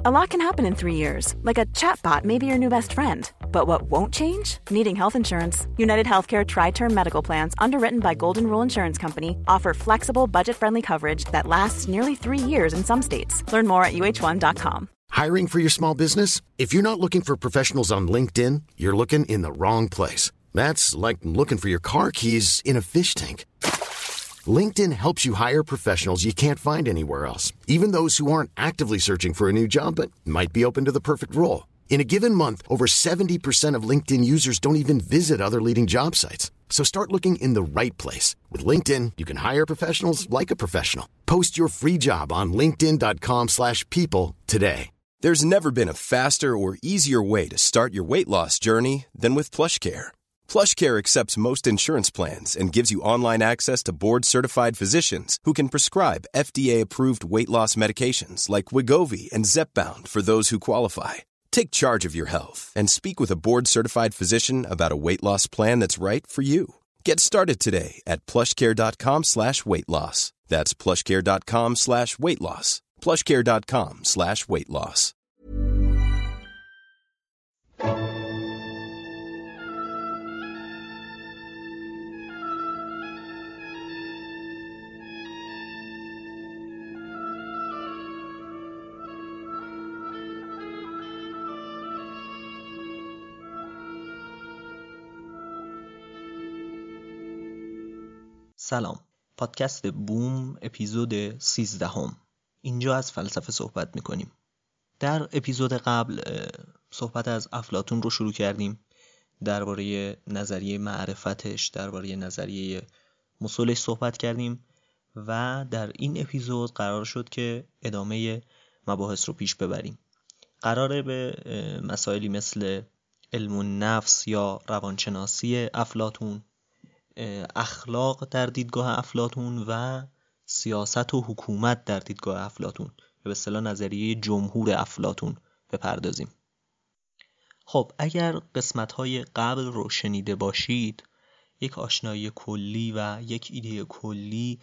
A lot can happen in 3 years, like a chatbot may be your new best friend. But what won't change? Needing health insurance. United Healthcare Tri-Term Medical Plans, underwritten by Golden Rule Insurance Company, offer flexible, budget-friendly coverage that lasts nearly 3 years in some states. Learn more at uh1.com. Hiring for your small business? If you're not looking for professionals on LinkedIn, you're looking in the wrong place. That's like looking for your car keys in a fish tank. LinkedIn helps you hire professionals you can't find anywhere else, even those who aren't actively searching for a new job but might be open to the perfect role. In a given month, over 70% of LinkedIn users don't even visit other leading job sites. So start looking in the right place. With LinkedIn, you can hire professionals like a professional. Post your free job on linkedin.com/people today. There's never been a faster or easier way to start your weight loss journey than with PlushCare. PlushCare accepts most insurance plans and gives you online access to board-certified physicians who can prescribe FDA-approved weight loss medications like Wegovy and Zepbound for those who qualify. Take charge of your health and speak with a board-certified physician about a weight loss plan that's right for you. Get started today at plushcare.com/weightloss. That's plushcare.com/weightloss. plushcare.com/weightloss. سلام، پادکست بوم اپیزود 13. اینجا از فلسفه صحبت میکنیم. در اپیزود قبل صحبت از افلاطون رو شروع کردیم، درباره نظریه معرفتش، درباره نظریه مسلش صحبت کردیم و در این اپیزود قرار شد که ادامه مباحث رو پیش ببریم. قراره به مسائلی مثل علم النفس یا روانشناسی افلاطون، اخلاق در دیدگاه افلاطون و سیاست و حکومت در دیدگاه افلاطون، به اصطلاح نظریه جمهور افلاطون بپردازیم. خب اگر قسمت‌های قبل رو شنیده باشید، یک آشنایی کلی و یک ایده کلی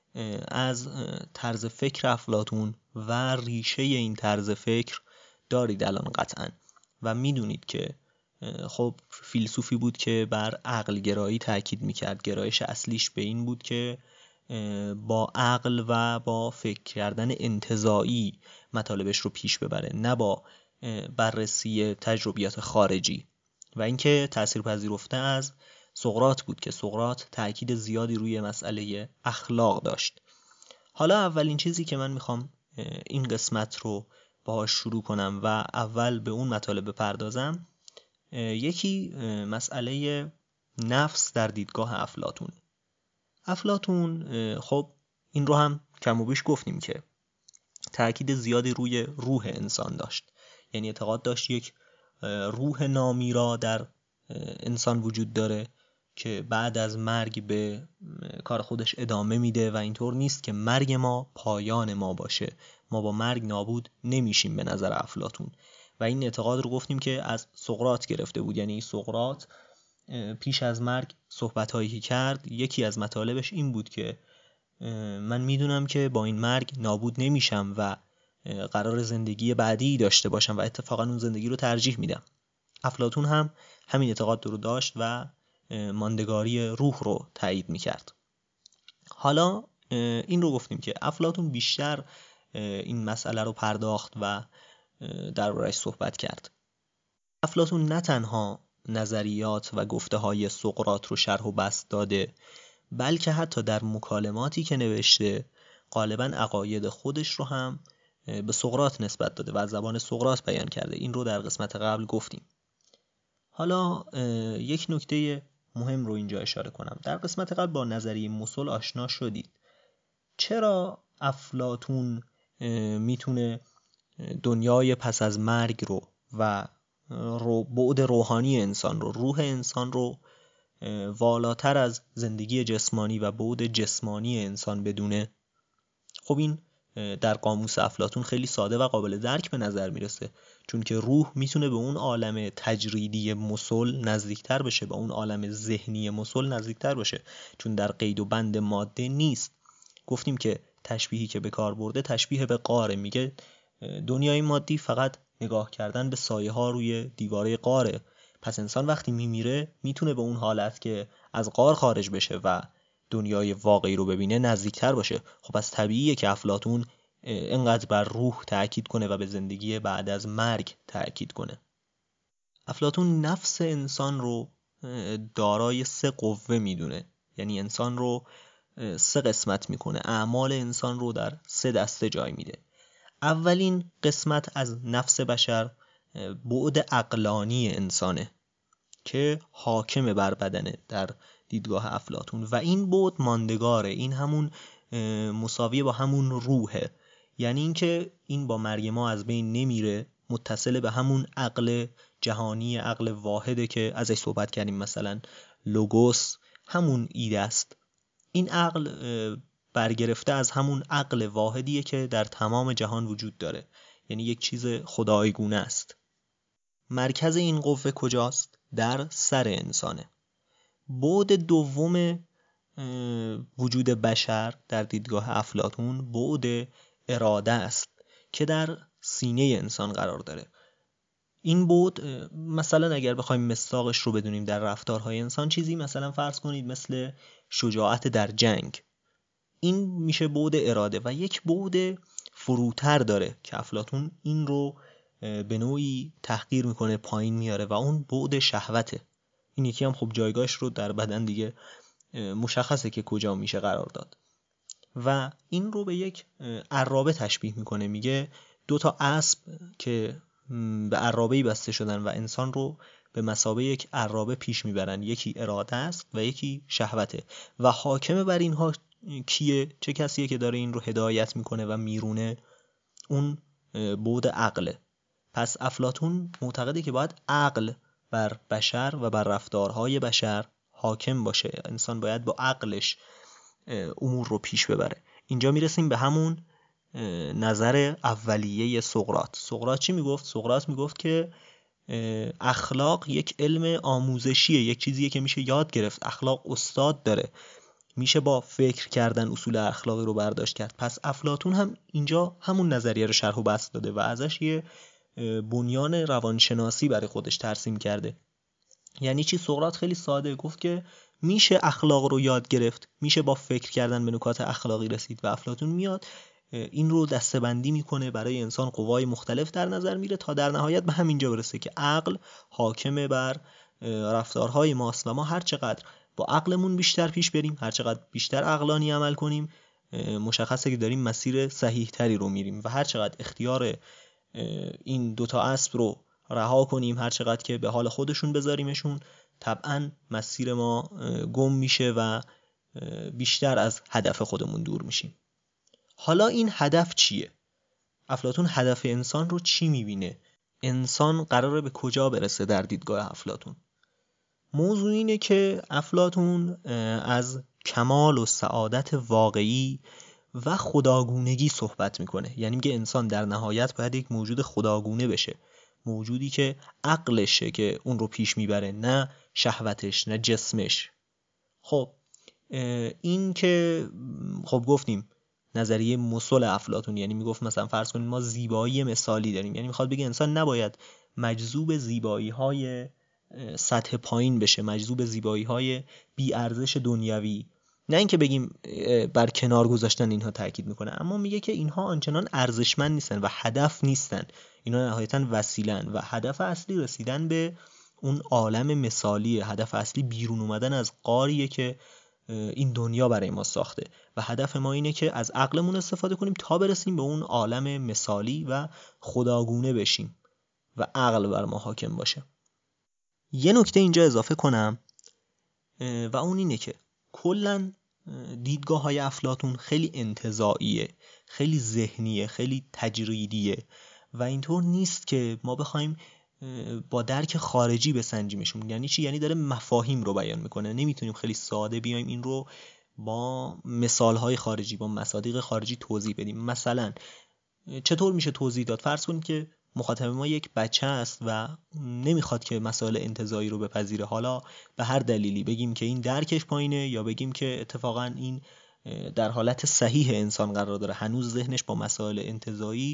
از طرز فکر افلاطون و ریشه این طرز فکر دارید الان قطعاً و میدونید که خب فیلسوفی بود که بر عقل گرایی تاکید میکرد. گرایش اصلیش به این بود که با عقل و با فکر کردن انتزاعی مطالبش رو پیش ببره، نه با بررسی تجربیات خارجی. و اینکه تأثیر پذیرفته از سقراط بود که سقراط تاکید زیادی روی مسئله اخلاق داشت. حالا اولین چیزی که من میخوام این قسمت رو باهاش شروع کنم و اول به اون مطالب بپردازم، یکی مسئله نفس در دیدگاه افلاطون. افلاطون خب این رو هم کم و بیش گفتیم که تأکید زیادی روی روح انسان داشت، یعنی اعتقاد داشت یک روح نامیرا در انسان وجود داره که بعد از مرگ به کار خودش ادامه میده و اینطور نیست که مرگ ما پایان ما باشه، ما با مرگ نابود نمیشیم به نظر افلاطون. و این اعتقاد رو گفتیم که از سقراط گرفته بود، یعنی سقراط پیش از مرگ صحبت‌هایی که کرد یکی از مطالبش این بود که من میدونم که با این مرگ نابود نمیشم و قرار زندگی بعدی داشته باشم و اتفاقا اون زندگی رو ترجیح میدم. افلاطون هم همین اعتقاد رو داشت و ماندگاری روح رو تایید میکرد. حالا این رو گفتیم که افلاطون بیشتر این مسئله رو پرداخت و درباره‌اش صحبت کرد. افلاطون نه تنها نظریات و گفته های سقراط رو شرح و بسط داده، بلکه حتی در مکالماتی که نوشته غالباً عقاید خودش رو هم به سقراط نسبت داده و از زبان سقراط بیان کرده. این رو در قسمت قبل گفتیم. حالا یک نکته مهم رو اینجا اشاره کنم. در قسمت قبل با نظریه مسل آشنا شدید. چرا افلاطون میتونه دنیای پس از مرگ رو و بعد روحانی انسان رو، روح انسان رو والاتر از زندگی جسمانی و بعد جسمانی انسان بدونه؟ خب این در قاموس افلاطون خیلی ساده و قابل درک به نظر میرسه، چون که روح میتونه به اون عالم تجریدی مسل نزدیکتر بشه، به اون عالم ذهنی مسل نزدیکتر بشه، چون در قید و بند ماده نیست. گفتیم که تشبیهی که به کار برده تشبیه به غاره، میگه دنیای مادی فقط نگاه کردن به سایه ها روی دیواره غاره. پس انسان وقتی میمیره میتونه به اون حالت که از غار خارج بشه و دنیای واقعی رو ببینه نزدیکتر باشه. خب از طبیعیه که افلاطون اینقدر بر روح تأکید کنه و به زندگی بعد از مرگ تأکید کنه. افلاطون نفس انسان رو دارای 3 قوه میدونه، یعنی انسان رو 3 قسمت میکنه، اعمال انسان رو در 3 دسته جای میده. اولین قسمت از نفس بشر بعد عقلانی انسانه که حاکم بر بدنه در دیدگاه افلاطون و این بعد ماندگاره، این همون مساویه با همون روحه، یعنی اینکه این با مرگ ما از بین نمیره، متصل به همون عقل جهانی، عقل واحده که ازش صحبت کردیم، مثلا لوگوس همون ایده است. این عقل برگرفته از همون عقل واحدیه که در تمام جهان وجود داره، یعنی یک چیز خدایگونه است. مرکز این قوه کجاست؟ در سر انسانه. بعد دوم وجود بشر در دیدگاه افلاطون بعد اراده است که در سینه انسان قرار داره. این بعد مثلا اگر بخوایم مصداقش رو بدونیم در رفتارهای انسان، چیزی مثلا فرض کنید مثل شجاعت در جنگ، این میشه بعد اراده. و یک بعد فروتر داره که افلاطون این رو به نوعی تحقیر میکنه، پایین میاره و اون بعد شهوته. این یکی هم خب جایگاهش رو در بدن دیگه مشخصه که کجا میشه قرار داد. و این رو به یک عرابه تشبیه میکنه، میگه 2 تا اسب که به عرابه‌ای بسته شدن و انسان رو به مثابه یک عرابه پیش میبرن، یکی اراده است و یکی شهوته و حاکم بر اینها کیه؟ چه کسیه که داره این رو هدایت میکنه و میرونه؟ اون بعد عقله. پس افلاطون معتقده که باید عقل بر بشر و بر رفتارهای بشر حاکم باشه، انسان باید با عقلش امور رو پیش ببره. اینجا میرسیم به همون نظر اولیه سقراط. سقراط چی میگفت؟ سقراط میگفت که اخلاق یک علم آموزشیه، یک چیزیه که میشه یاد گرفت. اخلاق استاد داره، میشه با فکر کردن اصول اخلاقی رو برداشت کرد. پس افلاطون هم اینجا همون نظریه رو شرح و بسط داده و ازش یه بنیان روانشناسی برای خودش ترسیم کرده. یعنی چی؟ سقراط خیلی ساده گفت که میشه اخلاق رو یاد گرفت، میشه با فکر کردن به نکات اخلاقی رسید و افلاطون میاد این رو دسته‌بندی میکنه، برای انسان قوای مختلف در نظر میره تا در نهایت به همینجا برسه که عقل حاکم بر رفتارهای ماست و ما هر چقدر با عقلمون بیشتر پیش بریم، هر چقدر بیشتر عقلانی عمل کنیم، مشخصه که داریم مسیر صحیح تری رو میریم و هر چقدر اختیار این 2 تا اسب رو رها کنیم، هر چقدر که به حال خودشون بذاریمشون، طبعا مسیر ما گم میشه و بیشتر از هدف خودمون دور میشیم. حالا این هدف چیه؟ افلاطون هدف انسان رو چی میبینه؟ انسان قراره به کجا برسه در دیدگاه افلاطون؟ موضوع اینه که افلاطون از کمال و سعادت واقعی و خداگونگی صحبت میکنه. یعنی میگه انسان در نهایت باید یک موجود خداگونه بشه، موجودی که عقلشه که اون رو پیش میبره، نه شهوتش، نه جسمش. خب این که خب گفتیم نظریه مسل افلاطون، یعنی میگفت مثلا فرض کنیم ما زیبایی مثالی داریم، یعنی میخواد بگه انسان نباید مجذوب زیبایی های سطح پایین بشه، مجذوب زیبایی های بی ارزش دنیوی. نه اینکه بگیم بر کنار گذاشتن اینها تاکید میکنه، اما میگه که اینها آنچنان ارزشمند نیستن و هدف نیستن، اینا نهایتاً وسیله‌اند و هدف اصلی رسیدن به اون عالم مثالی، هدف اصلی بیرون اومدن از غاریه که این دنیا برای ما ساخته و هدف ما اینه که از عقلمون استفاده کنیم تا برسیم به اون عالم مثالی و خداگونه بشیم و عقل بر ما حاکم باشه. یه نکته اینجا اضافه کنم و اون اینه که کلاً دیدگاه‌های افلاطون خیلی انتزاعیه، خیلی ذهنیه، خیلی تجریدیه و اینطور نیست که ما بخوایم با درک خارجی بسنجیمشون. یعنی چی؟ یعنی داره مفاهیم رو بیان میکنه، نمیتونیم خیلی ساده بیایم این رو با مثالهای خارجی، با مصادیق خارجی توضیح بدیم. مثلا چطور میشه توضیح داد؟ فرض کنید که مخاطب ما یک بچه است و نمیخواد که مسائل انتزاعی رو بپذیره، حالا به هر دلیلی بگیم که این درکش پایینه یا بگیم که اتفاقا این در حالت صحیح انسان قرار داره، هنوز ذهنش با مسائل انتزاعی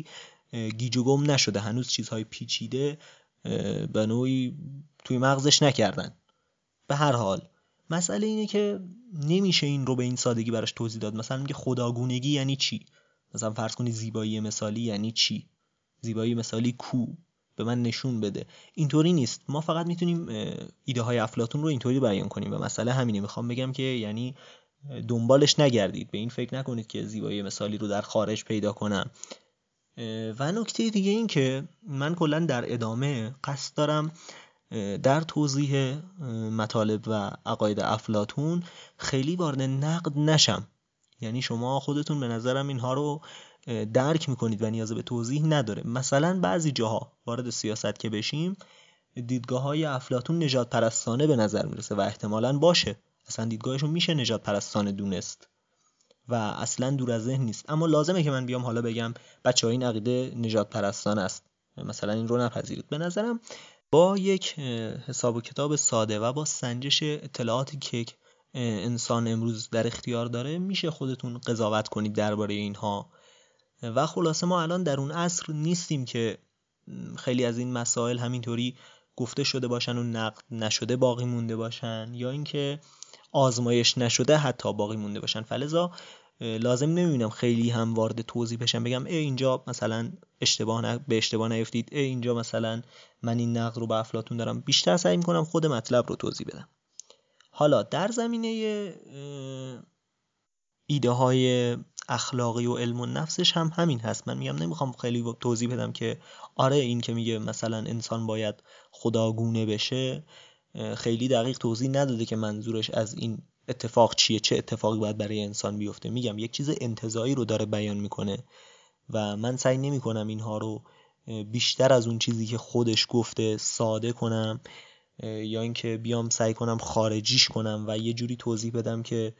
گیج و گم نشده، هنوز چیزهای پیچیده به نوعی توی مغزش نکردن. به هر حال مسئله اینه که نمیشه این رو به این سادگی براش توضیح داد. مثلا میگه خداگونگی یعنی چی؟ مثلا فرض کنی زیبایی مثالی یعنی چی؟ زیبایی مثالی کو؟ به من نشون بده. اینطوری نیست. ما فقط میتونیم ایده های افلاطون رو اینطوری بیان کنیم و مسئله همینه. میخوام بگم که یعنی دنبالش نگردید، به این فکر نکنید که زیبایی مثالی رو در خارج پیدا کنم. و نکته دیگه این که من کلا در ادامه قصد دارم در توضیح مطالب و عقاید افلاطون خیلی وارد نقد نشم. یعنی شما خودتون به نظرم اینها رو درک میکنید و نیاز به توضیح نداره. مثلا بعضی جاها وارد سیاست که بشیم، دیدگاه‌های افلاطون نژاد پرستانه به نظر میرسه و احتمالاً باشه. اصلا دیدگاهشون میشه نژاد پرستانه دونست و اصلا دور از ذهن نیست. اما لازمه که من بیام حالا بگم بچه‌ها این عقیده نژاد پرستانه است، مثلا این رو نپذیرید. به نظرم با یک حساب و کتاب ساده و با سنجش اطلاعاتی که انسان امروز در اختیار داره میشه خودتون قضاوت کنید درباره اینها. و خلاصه ما الان در اون عصر نیستیم که خیلی از این مسائل همینطوری گفته شده باشن و نقد نشده باقی مونده باشن، یا اینکه آزمایش نشده حتی باقی مونده باشن. فلذا لازم نمیبینم خیلی هم وارد توضیح بشم بگم اینجا مثلا به اشتباه نیفتید، اینجا مثلا من این نقد رو به افلاطون دارم. بیشتر سعی میکنم خود مطلب رو توضیح بدم. حالا در زمینه ایده های اخلاقی و علم و نفسش هم همین هست. من میگم نمیخوام خیلی توضیح بدم که آره این که میگه مثلا انسان باید خداگونه بشه، خیلی دقیق توضیح نداده که منظورش از این اتفاق چیه، چه اتفاقی باید برای انسان بیفته. میگم یک چیز انتزاعی رو داره بیان میکنه و من سعی نمیکنم اینها رو بیشتر از اون چیزی که خودش گفته ساده کنم یا اینکه بیام سعی کنم خارجیش کنم و یه جوری توضیح بدم که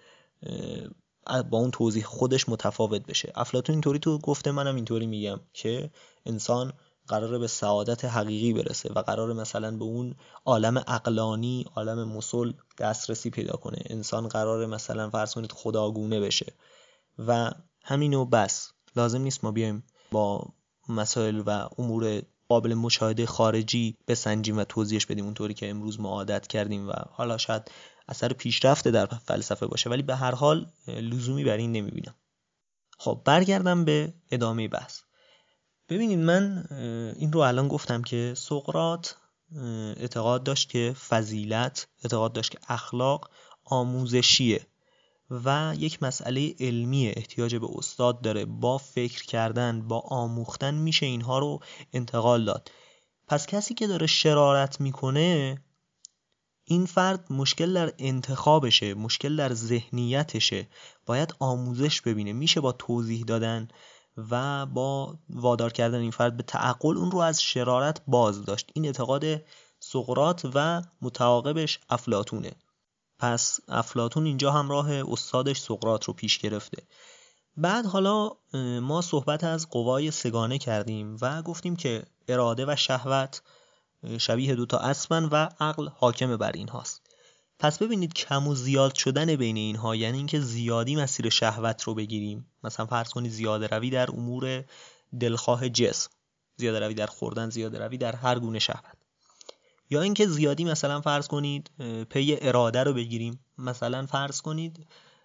با اون توضیح خودش متفاوت بشه. افلاطون اینطوری تو گفته، منم اینطوری میگم که انسان قراره به سعادت حقیقی برسه و قراره مثلا به اون عالم عقلانی، عالم مسل دسترسی پیدا کنه. انسان قراره مثلا فرض کنید خداگونه بشه و همینو بس. لازم نیست ما بیایم با مسائل و امور قابل مشاهده خارجی بسنجیم و توضیحش بدیم اونطوری که امروز ما عادت کردیم و حالا شاید اثر پیشرفته در فلسفه باشه، ولی به هر حال لزومی بر این نمیبینم. خب برگردم به ادامه بحث. ببینید من این رو الان گفتم که سقراط اعتقاد داشت که فضیلت، اعتقاد داشت که اخلاق آموزشیه و یک مسئله علمیه، احتیاج به استاد داره. با فکر کردن، با آموختن میشه اینها رو انتقال داد. پس کسی که داره شرارت میکنه، این فرد مشکل در انتخابشه، مشکل در ذهنیتشه، باید آموزش ببینه. میشه با توضیح دادن و با وادار کردن این فرد به تعقل اون رو از شرارت باز داشت. این اعتقاد سقراط و متعاقبش افلاطونه. پس افلاطون اینجا همراه استادش سقراط رو پیش گرفته. بعد حالا ما صحبت از قوای سگانه کردیم و گفتیم که اراده و شهوت شبیه دوتا اسبن و عقل حاکم بر این هاست. پس ببینید کم و زیاد شدن بین اینها، یعنی اینکه زیادی مسیر شهوت رو بگیریم، مثلا فرض کنید زیاده روی در امور دلخواه جسم، زیاده روی در خوردن، زیاده روی در هر گونه شهوت، یا اینکه زیادی مثلا فرض کنید پی اراده رو بگیریم، مثلا فرض کنید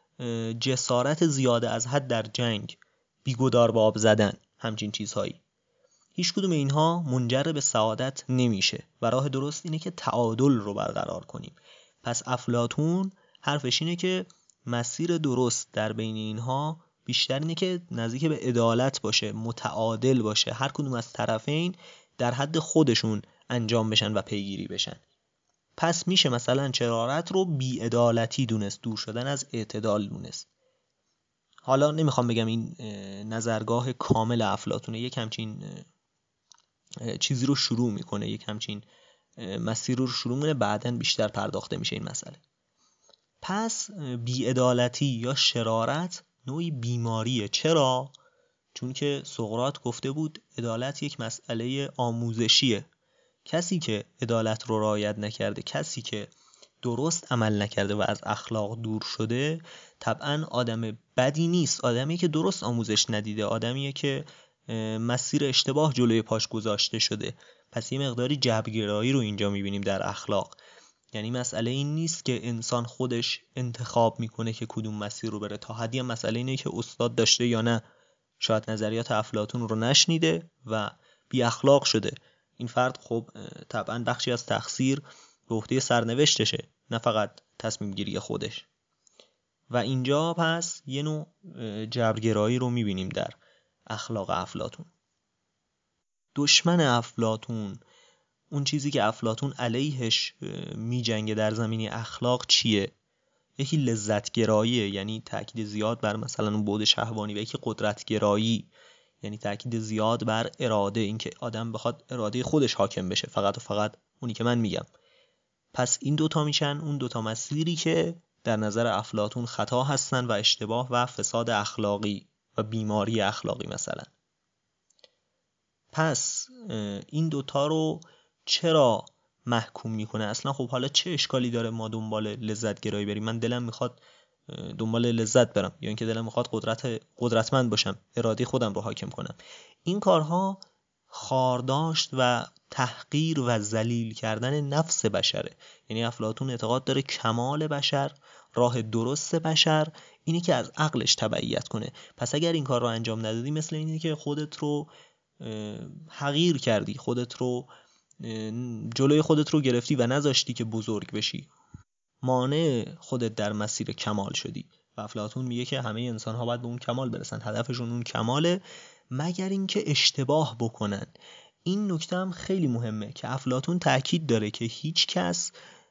جسارت زیاده از حد در جنگ، بیگدار به آب زدن، همچین چیزهایی. هیچ کدوم اینها منجر به سعادت نمیشه و راه درست اینه که تعادل رو برقرار کنیم. پس افلاطون حرفش اینه که مسیر درست در بین اینها بیشتر اینه که نزدیک به عدالت باشه، متعادل باشه، هر کدوم از طرفین در حد خودشون انجام بشن و پیگیری بشن. پس میشه مثلا شرارت رو بی‌عدالتی دونست، دور شدن از اعتدال دونست. حالا نمیخوام بگم این نظرگاه کامل افلاطونه، یک همچین چیزی رو شروع میکنه، یک همچین مسیر رو شروع میکنه، بعدن بیشتر پرداخته میشه این مسئله. پس بی‌عدالتی یا شرارت نوعی بیماریه. چرا؟ چون که سقراط گفته بود عدالت یک مسئله آموزشیه. کسی که عدالت رو رعایت نکرده، کسی که درست عمل نکرده و از اخلاق دور شده، طبعا آدم بدی نیست، آدمیه که درست آموزش ندیده، آدمیه که مسیر اشتباه جلوی پاش گذاشته شده. پس یه مقداری جبرگرایی رو اینجا میبینیم در اخلاق. یعنی مسئله این نیست که انسان خودش انتخاب میکنه که کدوم مسیر رو بره، تا حدی هم مسئله اینه که استاد داشته یا نه. شاید نظریات افلاطون رو نشنیده و بی اخلاق شده. این فرد خب طبعا بخشی از تقصیر به عهده سرنوشتشه، نه فقط تصمیم گیری خودش. و اینجا پس یه نوع جبرگرایی رو میبینیم در اخلاق افلاطون. دشمن افلاطون، اون چیزی که افلاطون علیهش میجنگه در زمینه اخلاق چیه؟ یکی لذتگراییه، یعنی تاکید زیاد بر مثلا اون بعد شهوانی، و یکی قدرتگرایی، یعنی تاکید زیاد بر اراده، اینکه آدم بخواد اراده خودش حاکم بشه، فقط و فقط اونی که من میگم. پس این دوتا میشن اون دوتا مسیری که در نظر افلاطون خطا هستن و اشتباه و فساد اخلاقی و بیماری اخلاقی مثلا. پس این دوتا رو چرا محکوم میکنه اصلا؟ خب حالا چه اشکالی داره ما دنبال لذت گرایی بریم؟ من دلم میخواد دنبال لذت برم، یا اینکه دلم میخواد قدرتمند باشم، اراده خودم رو حاکم کنم. این کارها خارداشت و تحقیر و ذلیل کردن نفس بشره. یعنی افلاطون اعتقاد داره کمال بشر، راه درست بشر اینی که از عقلش تبعیت کنه. پس اگر این کار رو انجام ندادی، مثل اینه که خودت رو حقیر کردی، خودت رو جلوی خودت رو گرفتی و نذاشتی که بزرگ بشی، مانع خودت در مسیر کمال شدی. و افلاطون میگه که همه انسان ها باید به اون کمال برسن، هدفشون اون کماله، مگر اینکه اشتباه بکنن. این نکته هم خیلی مهمه که افلاطون تاکید داره که هیچ کس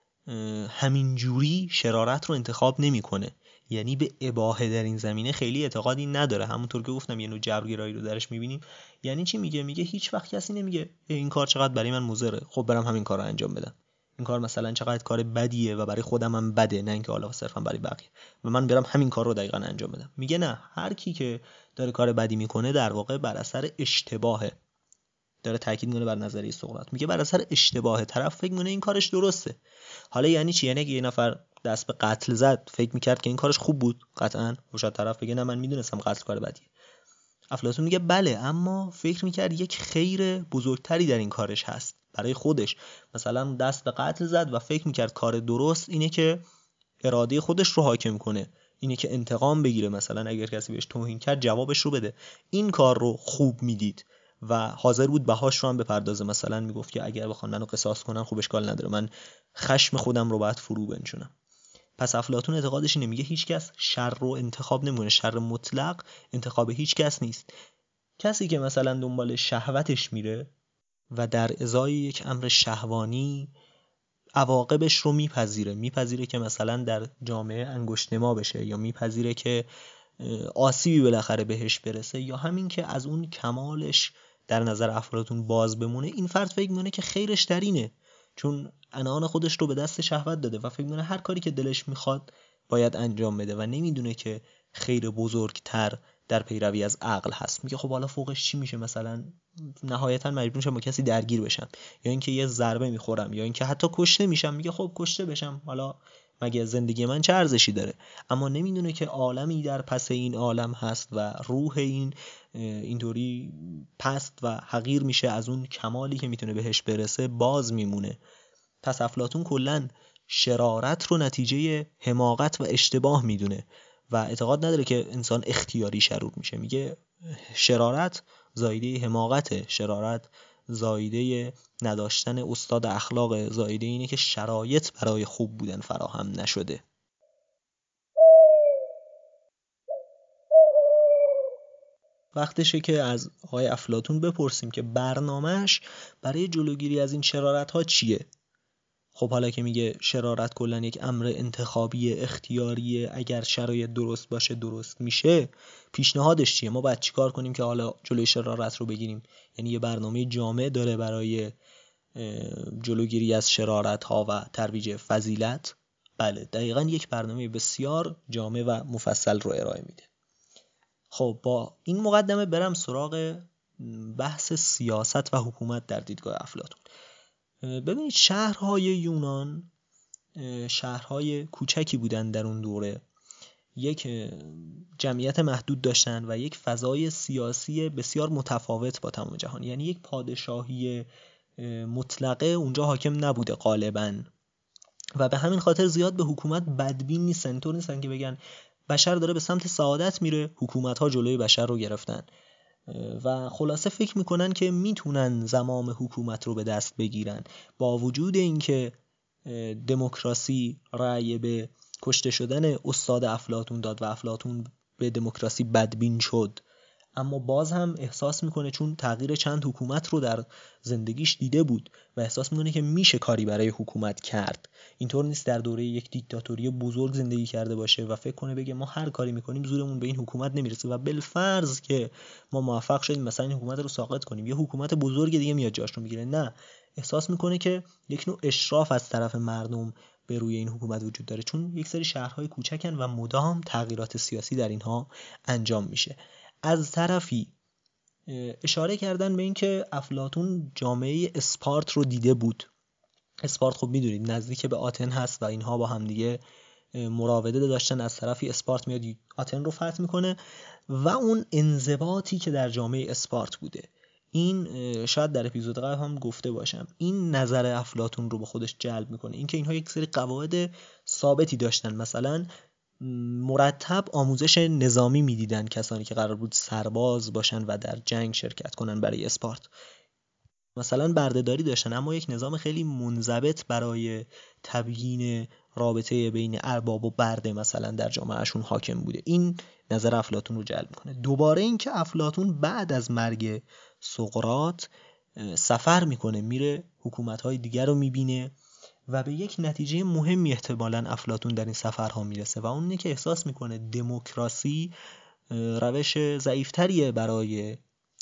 همین جوری شرارت رو انتخاب نمیکنه. یعنی به اباحه در این زمینه خیلی اعتقادی نداره. همونطور که گفتم یه نوع جبرگرایی رو درش میبینیم. یعنی چی میگه؟ میگه هیچ وقت کسی نمیگه این کار چقدر برای من مضره، خب برم همین کار رو انجام بدم. این کار مثلا چقدر کار بدیه و برای خودم هم بده، نه اینکه حالا صرفا برای بقیه، و من برم همین کار رو دقیقاً انجام بدم. میگه نه، هر کی که داره کار بدی میکنه در واقع بر اثر اشتباهه. داره تاکید میکنه بر نظریه سقراط. میگه بر اثر اشتباه، طرف فکر میکنه این کارش درسته. حالا یعنی چی؟ یعنی یه نفر دست به قتل زد، فکر میکرد که این کارش خوب بود، قطعاً شاید طرف بگه نه من میدونستم قتل کار بدیه. افلاطون میگه بله، اما فکر میکرد یک خیر بزرگتری در این کارش هست برای خودش. مثلا دست به قتل زد و فکر میکرد کار درست اینه که اراده خودش رو حاکم کنه، اینه که انتقام بگیره، مثلا اگر کسی بهش توهین کرد جوابش رو بده. این کار رو خوب میدید و حاضر بود بهاش رو هم بپردازه. مثلا میگفت که اگر بخوان منو قصاص کنن خب اشکال نداره، من خشم خودم رو باید فرو بنشونم. پس افلاطون اعتقادش اینه، میگه هیچ کس شر رو انتخاب نمیکنه، شر مطلق انتخاب هیچ کس نیست. کسی که مثلا دنبال شهوتش میره و در ازای یک امر شهوانی عواقبش رو میپذیره که مثلا در جامعه انگشت‌نما بشه، یا میپذیره که آسیبی بالاخره بهش برسه، یا همین که از اون کمالش در نظر افلاطون باز بمونه، این فرد فکر میکنه که خیرش در اینه، چون عنان خودش رو به دست شهوت داده و فکر میکنه هر کاری که دلش میخواد باید انجام بده و نمیدونه که خیر بزرگتر در پیروی از عقل هست. میگه خب حالا فوقش چی میشه؟ مثلا نهایتا مجبور میشم با کسی درگیر بشم، یا اینکه یه ضربه میخورم، یا اینکه حتی کشته میشم. میگه خب کشته بشم، حالا مگه زندگی من چه ارزشی داره؟ اما نمیدونه که عالمی در پس این عالم هست و روح اینطوری پست و حقیر میشه، از اون کمالی که میتونه بهش برسه باز میمونه. پس افلاطون کلن شرارت رو نتیجه حماقت و اشتباه میدونه و اعتقاد نداره که انسان اختیاری شرور میشه. میگه شرارت زایده حماقته، شرارت زایده نداشتن استاد اخلاق، زایده اینه که شرایط برای خوب بودن فراهم نشده. وقتشه که از آقای افلاطون بپرسیم که برنامه‌اش برای جلوگیری از این شرارت ها چیه؟ خب حالا که میگه شرارت کلن یک امر انتخابی اختیاریه، اگر شرایط درست باشه درست میشه، پیشنهادش چیه؟ ما باید چیکار کنیم که حالا جلوی شرارت رو بگیریم؟ یعنی یه برنامه جامع داره برای جلوگیری از شرارت ها و ترویج فضیلت؟ بله، دقیقاً یک برنامه بسیار جامع و مفصل رو ارائه میده. خب با این مقدمه برم سراغ بحث سیاست و حکومت در دیدگاه افلاطون. ببینید شهرهای یونان شهرهای کوچکی بودن در اون دوره. یک جمعیت محدود داشتن و یک فضای سیاسی بسیار متفاوت با تمام جهان. یعنی یک پادشاهی مطلقه اونجا حاکم نبوده غالباً و به همین خاطر زیاد به حکومت بدبین نیستن. اینطور نیستن که بگن بشر داره به سمت سعادت میره، حکومت‌ها جلوی بشر رو گرفتن و خلاصه فکر میکنن که میتونن زمام حکومت رو به دست بگیرن. با وجود اینکه دموکراسی رأی به کشته شدن استاد افلاطون داد و افلاطون به دموکراسی بدبین شد، اما باز هم احساس میکنه چون تغییر چند حکومت رو در زندگیش دیده بود و احساس میکنه که میشه کاری برای حکومت کرد. اینطور نیست در دوره یک دیکتاتوری بزرگ زندگی کرده باشه و فکر کنه بگه ما هر کاری میکنیم زورمون به این حکومت نمیرسه و بالفرض که ما موفق شدیم مثلا این حکومت رو ساقط کنیم یه حکومت بزرگ دیگه میاد جاش رو میگیره. نه، احساس میکنه که یک نوع اشراف از طرف مردم به روی این حکومت وجود داره، چون یک سری شهرهای کوچکن و مدام تغییرات سیاسی در اینها انجام میشه. از طرفی اشاره کردن به این که افلاطون جامعه اسپارت رو دیده بود. اسپارت خب میدونید نزدیک به آتن هست و اینها با هم دیگه مراوده داشتن. از طرفی اسپارت میاد آتن رو فتح میکنه و اون انضباطی که در جامعه اسپارت بوده، این شاید در اپیزود قبل هم گفته باشم، این نظر افلاطون رو به خودش جلب میکنه. اینکه اینها یک سری قواعد ثابتی داشتن، مثلا مرتب آموزش نظامی میدیدن کسانی که قرار بود سرباز باشن و در جنگ شرکت کنن برای اسپارت. مثلا بردهداری داشتن اما یک نظام خیلی منضبط برای تبیین رابطه بین ارباب و برده مثلا در جامعهشون حاکم بوده. این نظر افلاطون رو جلب میکنه. دوباره این که افلاطون بعد از مرگ سقراط سفر میکنه، میره حکومت‌های دیگر رو میبینه و به یک نتیجه مهمی احتمالاً افلاطون در این سفرها میرسه و اون اینه که احساس میکنه دموکراسی روش ضعیفتریه برای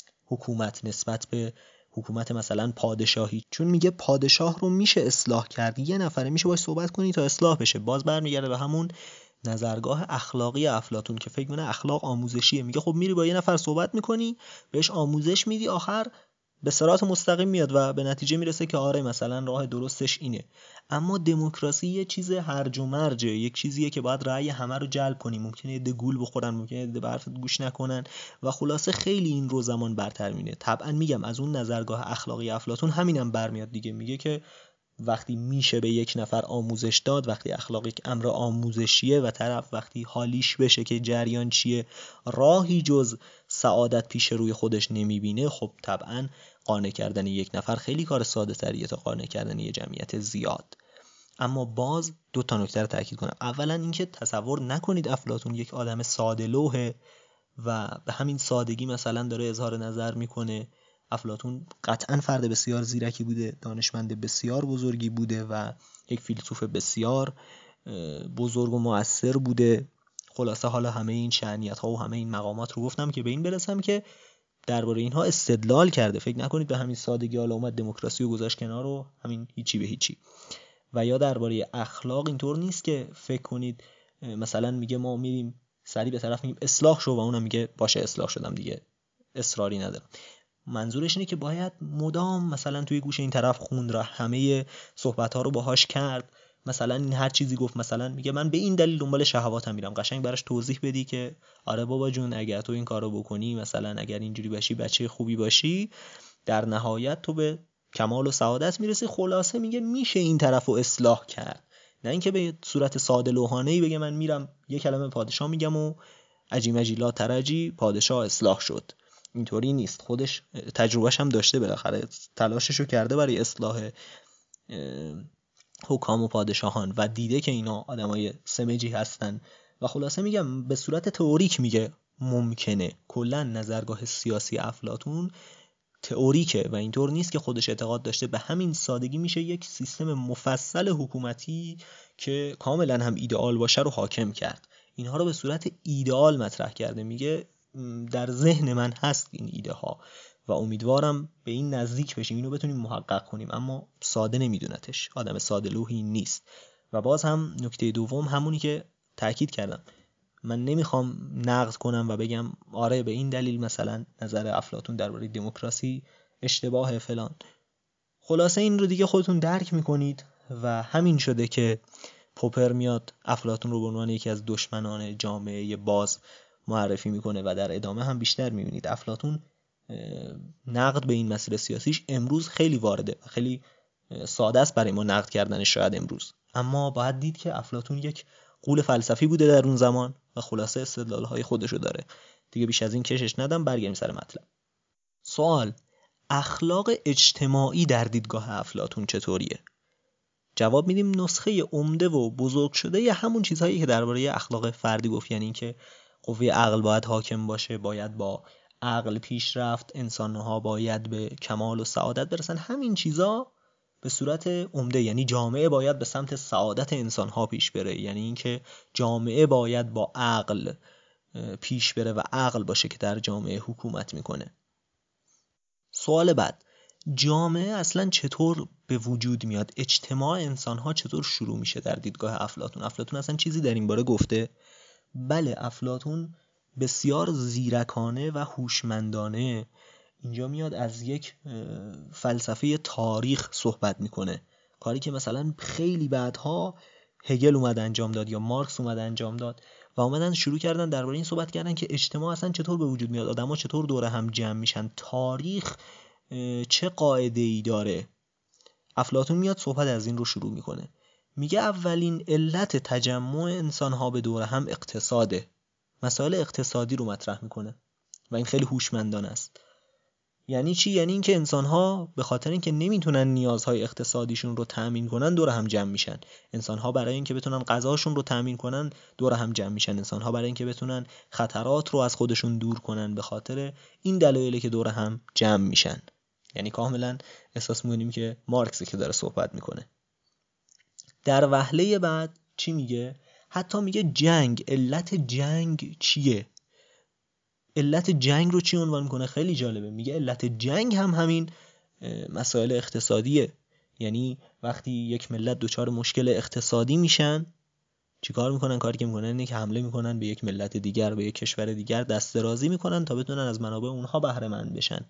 حکومت نسبت به حکومت مثلا پادشاهی، چون میگه پادشاه رو میشه اصلاح کرد، یه نفره میشه باش صحبت کنی تا اصلاح بشه. باز برمیگرده به همون نظرگاه اخلاقی افلاطون که فکر کنه اخلاق آموزشیه. میگه خب میری با یه نفر صحبت میکنی، بهش آموزش میدی، آخر به صراط مستقیم میاد و به نتیجه میرسه که آره مثلا راه درستش اینه. اما دموکراسی یه چیز هرج و مرجه، یک چیزیه که باید رأی همه رو جلب کنی. ممکنه یه گول بخورن، ممکنه یه به حرفت گوش نکنن و خلاصه خیلی این رو زمان برتر میینه. طبعا میگم از اون نظرگاه اخلاقی افلاطون همینم برمیاد دیگه. میگه که وقتی میشه به یک نفر آموزش داد، وقتی اخلاق یک امر آموزشیه و طرف وقتی حالیش بشه که جریان چیه راهی جز سعادت پیش روی خودش نمیبینه، خب طبعا قانع کردن یک نفر خیلی کار ساده تریه تا قانع کردن یک جمعیت زیاد. اما باز دو تا نکته رو تاکید کنم. اولا اینکه تصور نکنید افلاطون یک آدم ساده لوحه و به همین سادگی مثلا داره اظهار نظر میکنه. افلاطون قطعا فرد بسیار زیرکی بوده، دانشمند بسیار بزرگی بوده و یک فیلسوف بسیار بزرگ و مؤثر بوده. خلاصه حالا همه این شأنیت ها و همه این مقامات رو گفتم که به این برسم که درباره اینها استدلال کرده. فکر نکنید به همین سادگی حالا اومد دموکراسی رو گذاشت کنار و همین هیچی به هیچی. و یا درباره اخلاق اینطور نیست که فکر کنید مثلا میگه ما میریم سری به طرف میگیم اصلاح شو و اونم میگه باشه اصلاح شدم دیگه، اصراری ندارم. منظورش اینه که باید مدام مثلا توی گوش این طرف خوند را همه صحبت‌ها رو باهاش کرد. مثلا این هر چیزی گفت، مثلا میگه من به این دلیل دنبال شهواتم میرم، قشنگ براش توضیح بدی که آره بابا جون اگر تو این کارو بکنی، مثلا اگر اینجوری باشی، بچه خوبی باشی، در نهایت تو به کمال و سعادت میرسی. خلاصه میگه میشه این طرفو اصلاح کرد، نه اینکه به صورت ساده لوحانه‌ای بگه من میرم یه کلمه پادشاه میگم و عجیمجی لا ترجی پادشاه اصلاح شد. اینطوری نیست. خودش تجربهش هم داشته، بالاخره تلاششو کرده برای اصلاح حکام و پادشاهان و دیده که اینا آدمای سمجی هستن و خلاصه میگم به صورت تئوریک میگه ممکنه. کلا نظرگاه سیاسی افلاطون تئوریکه و اینطور نیست که خودش اعتقاد داشته به همین سادگی میشه یک سیستم مفصل حکومتی که کاملا هم ایدئال باشه رو حاکم کرد. اینها رو به صورت ایدئال مطرح کرده. میگه در ذهن من هست این ایده ها و امیدوارم به این نزدیک بشیم، اینو بتونیم محقق کنیم، اما ساده نمیدونتش، آدم ساده لوحی نیست. و باز هم نکته دوم همونی که تاکید کردم، من نمیخوام نقد کنم و بگم آره به این دلیل مثلا نظر افلاطون درباره دموکراسی اشتباه فلان. خلاصه این رو دیگه خودتون درک میکنید و همین شده که پوپر میاد افلاطون رو به عنوان یکی از دشمنان جامعه باز معرفی میکنه و در ادامه هم بیشتر میبینید افلاطون نقد به این مسیر سیاسیش امروز خیلی وارده و خیلی ساده است برای ما نقد کردنش شاید امروز، اما باید دید که افلاطون یک غول فلسفی بوده در اون زمان و خلاصه استدلال‌های خودشو داره. دیگه بیش از این کشش ندم، برگردیم سر مطلب. سوال: اخلاق اجتماعی در دیدگاه افلاطون چطوریه؟ جواب میدیم نسخه عمده و بزرگ شده ی همون چیزهایی که درباره اخلاق فردی گفت، یعنی اینکه قوه عقل باید حاکم باشه، باید با عقل پیش رفت، انسان‌ها باید به کمال و سعادت برسن. همین چیزا به صورت عمده، یعنی جامعه باید به سمت سعادت انسان‌ها پیش بره، یعنی اینکه جامعه باید با عقل پیش بره و عقل باشه که در جامعه حکومت میکنه. سوال بعد: جامعه اصلا چطور به وجود میاد؟ اجتماع انسان‌ها چطور شروع میشه در دیدگاه افلاطون؟ افلاطون اصلا چیزی در این باره گفته؟ بله، افلاطون بسیار زیرکانه و هوشمندانه اینجا میاد از یک فلسفه تاریخ صحبت میکنه، کاری که مثلا خیلی بعدها هگل اومد انجام داد یا مارکس اومد انجام داد و اومدن شروع کردن درباره این صحبت کردن که اجتماع اصلا چطور به وجود میاد، آدما چطور دور هم جمع میشن، تاریخ چه قاعده‌ای داره. افلاطون میاد صحبت از این رو شروع میکنه، میگه اولین علت تجمع انسان‌ها به دور هم اقتصاده. مسائل اقتصادی رو مطرح میکنه و این خیلی هوشمندانه است. یعنی چی؟ یعنی اینکه انسان‌ها به خاطر اینکه نمیتونن نیازهای اقتصادیشون رو تأمین کنن دور هم جمع میشن. انسان‌ها برای اینکه بتونن غذاشون رو تأمین کنن دور هم جمع میشن. انسان‌ها برای اینکه بتونن خطرات رو از خودشون دور کنن به خاطر این دلایلی که دور هم جمع میشن. یعنی کاملا احساس می‌کنیم که مارکس که داره صحبت میکنه. در وهله بعد چی میگه؟ حتی میگه جنگ، علت جنگ چیه؟ علت جنگ رو چی عنوان میکنه؟ خیلی جالبه، میگه علت جنگ هم همین مسائل اقتصادیه. یعنی وقتی یک ملت دچار مشکل اقتصادی میشن چیکار میکنن؟ کاری که میکنن اینه که حمله میکنن به یک ملت دیگر، به یک کشور دیگر، دست درازی میکنن تا بتونن از منابع اونها بهره مند بشن.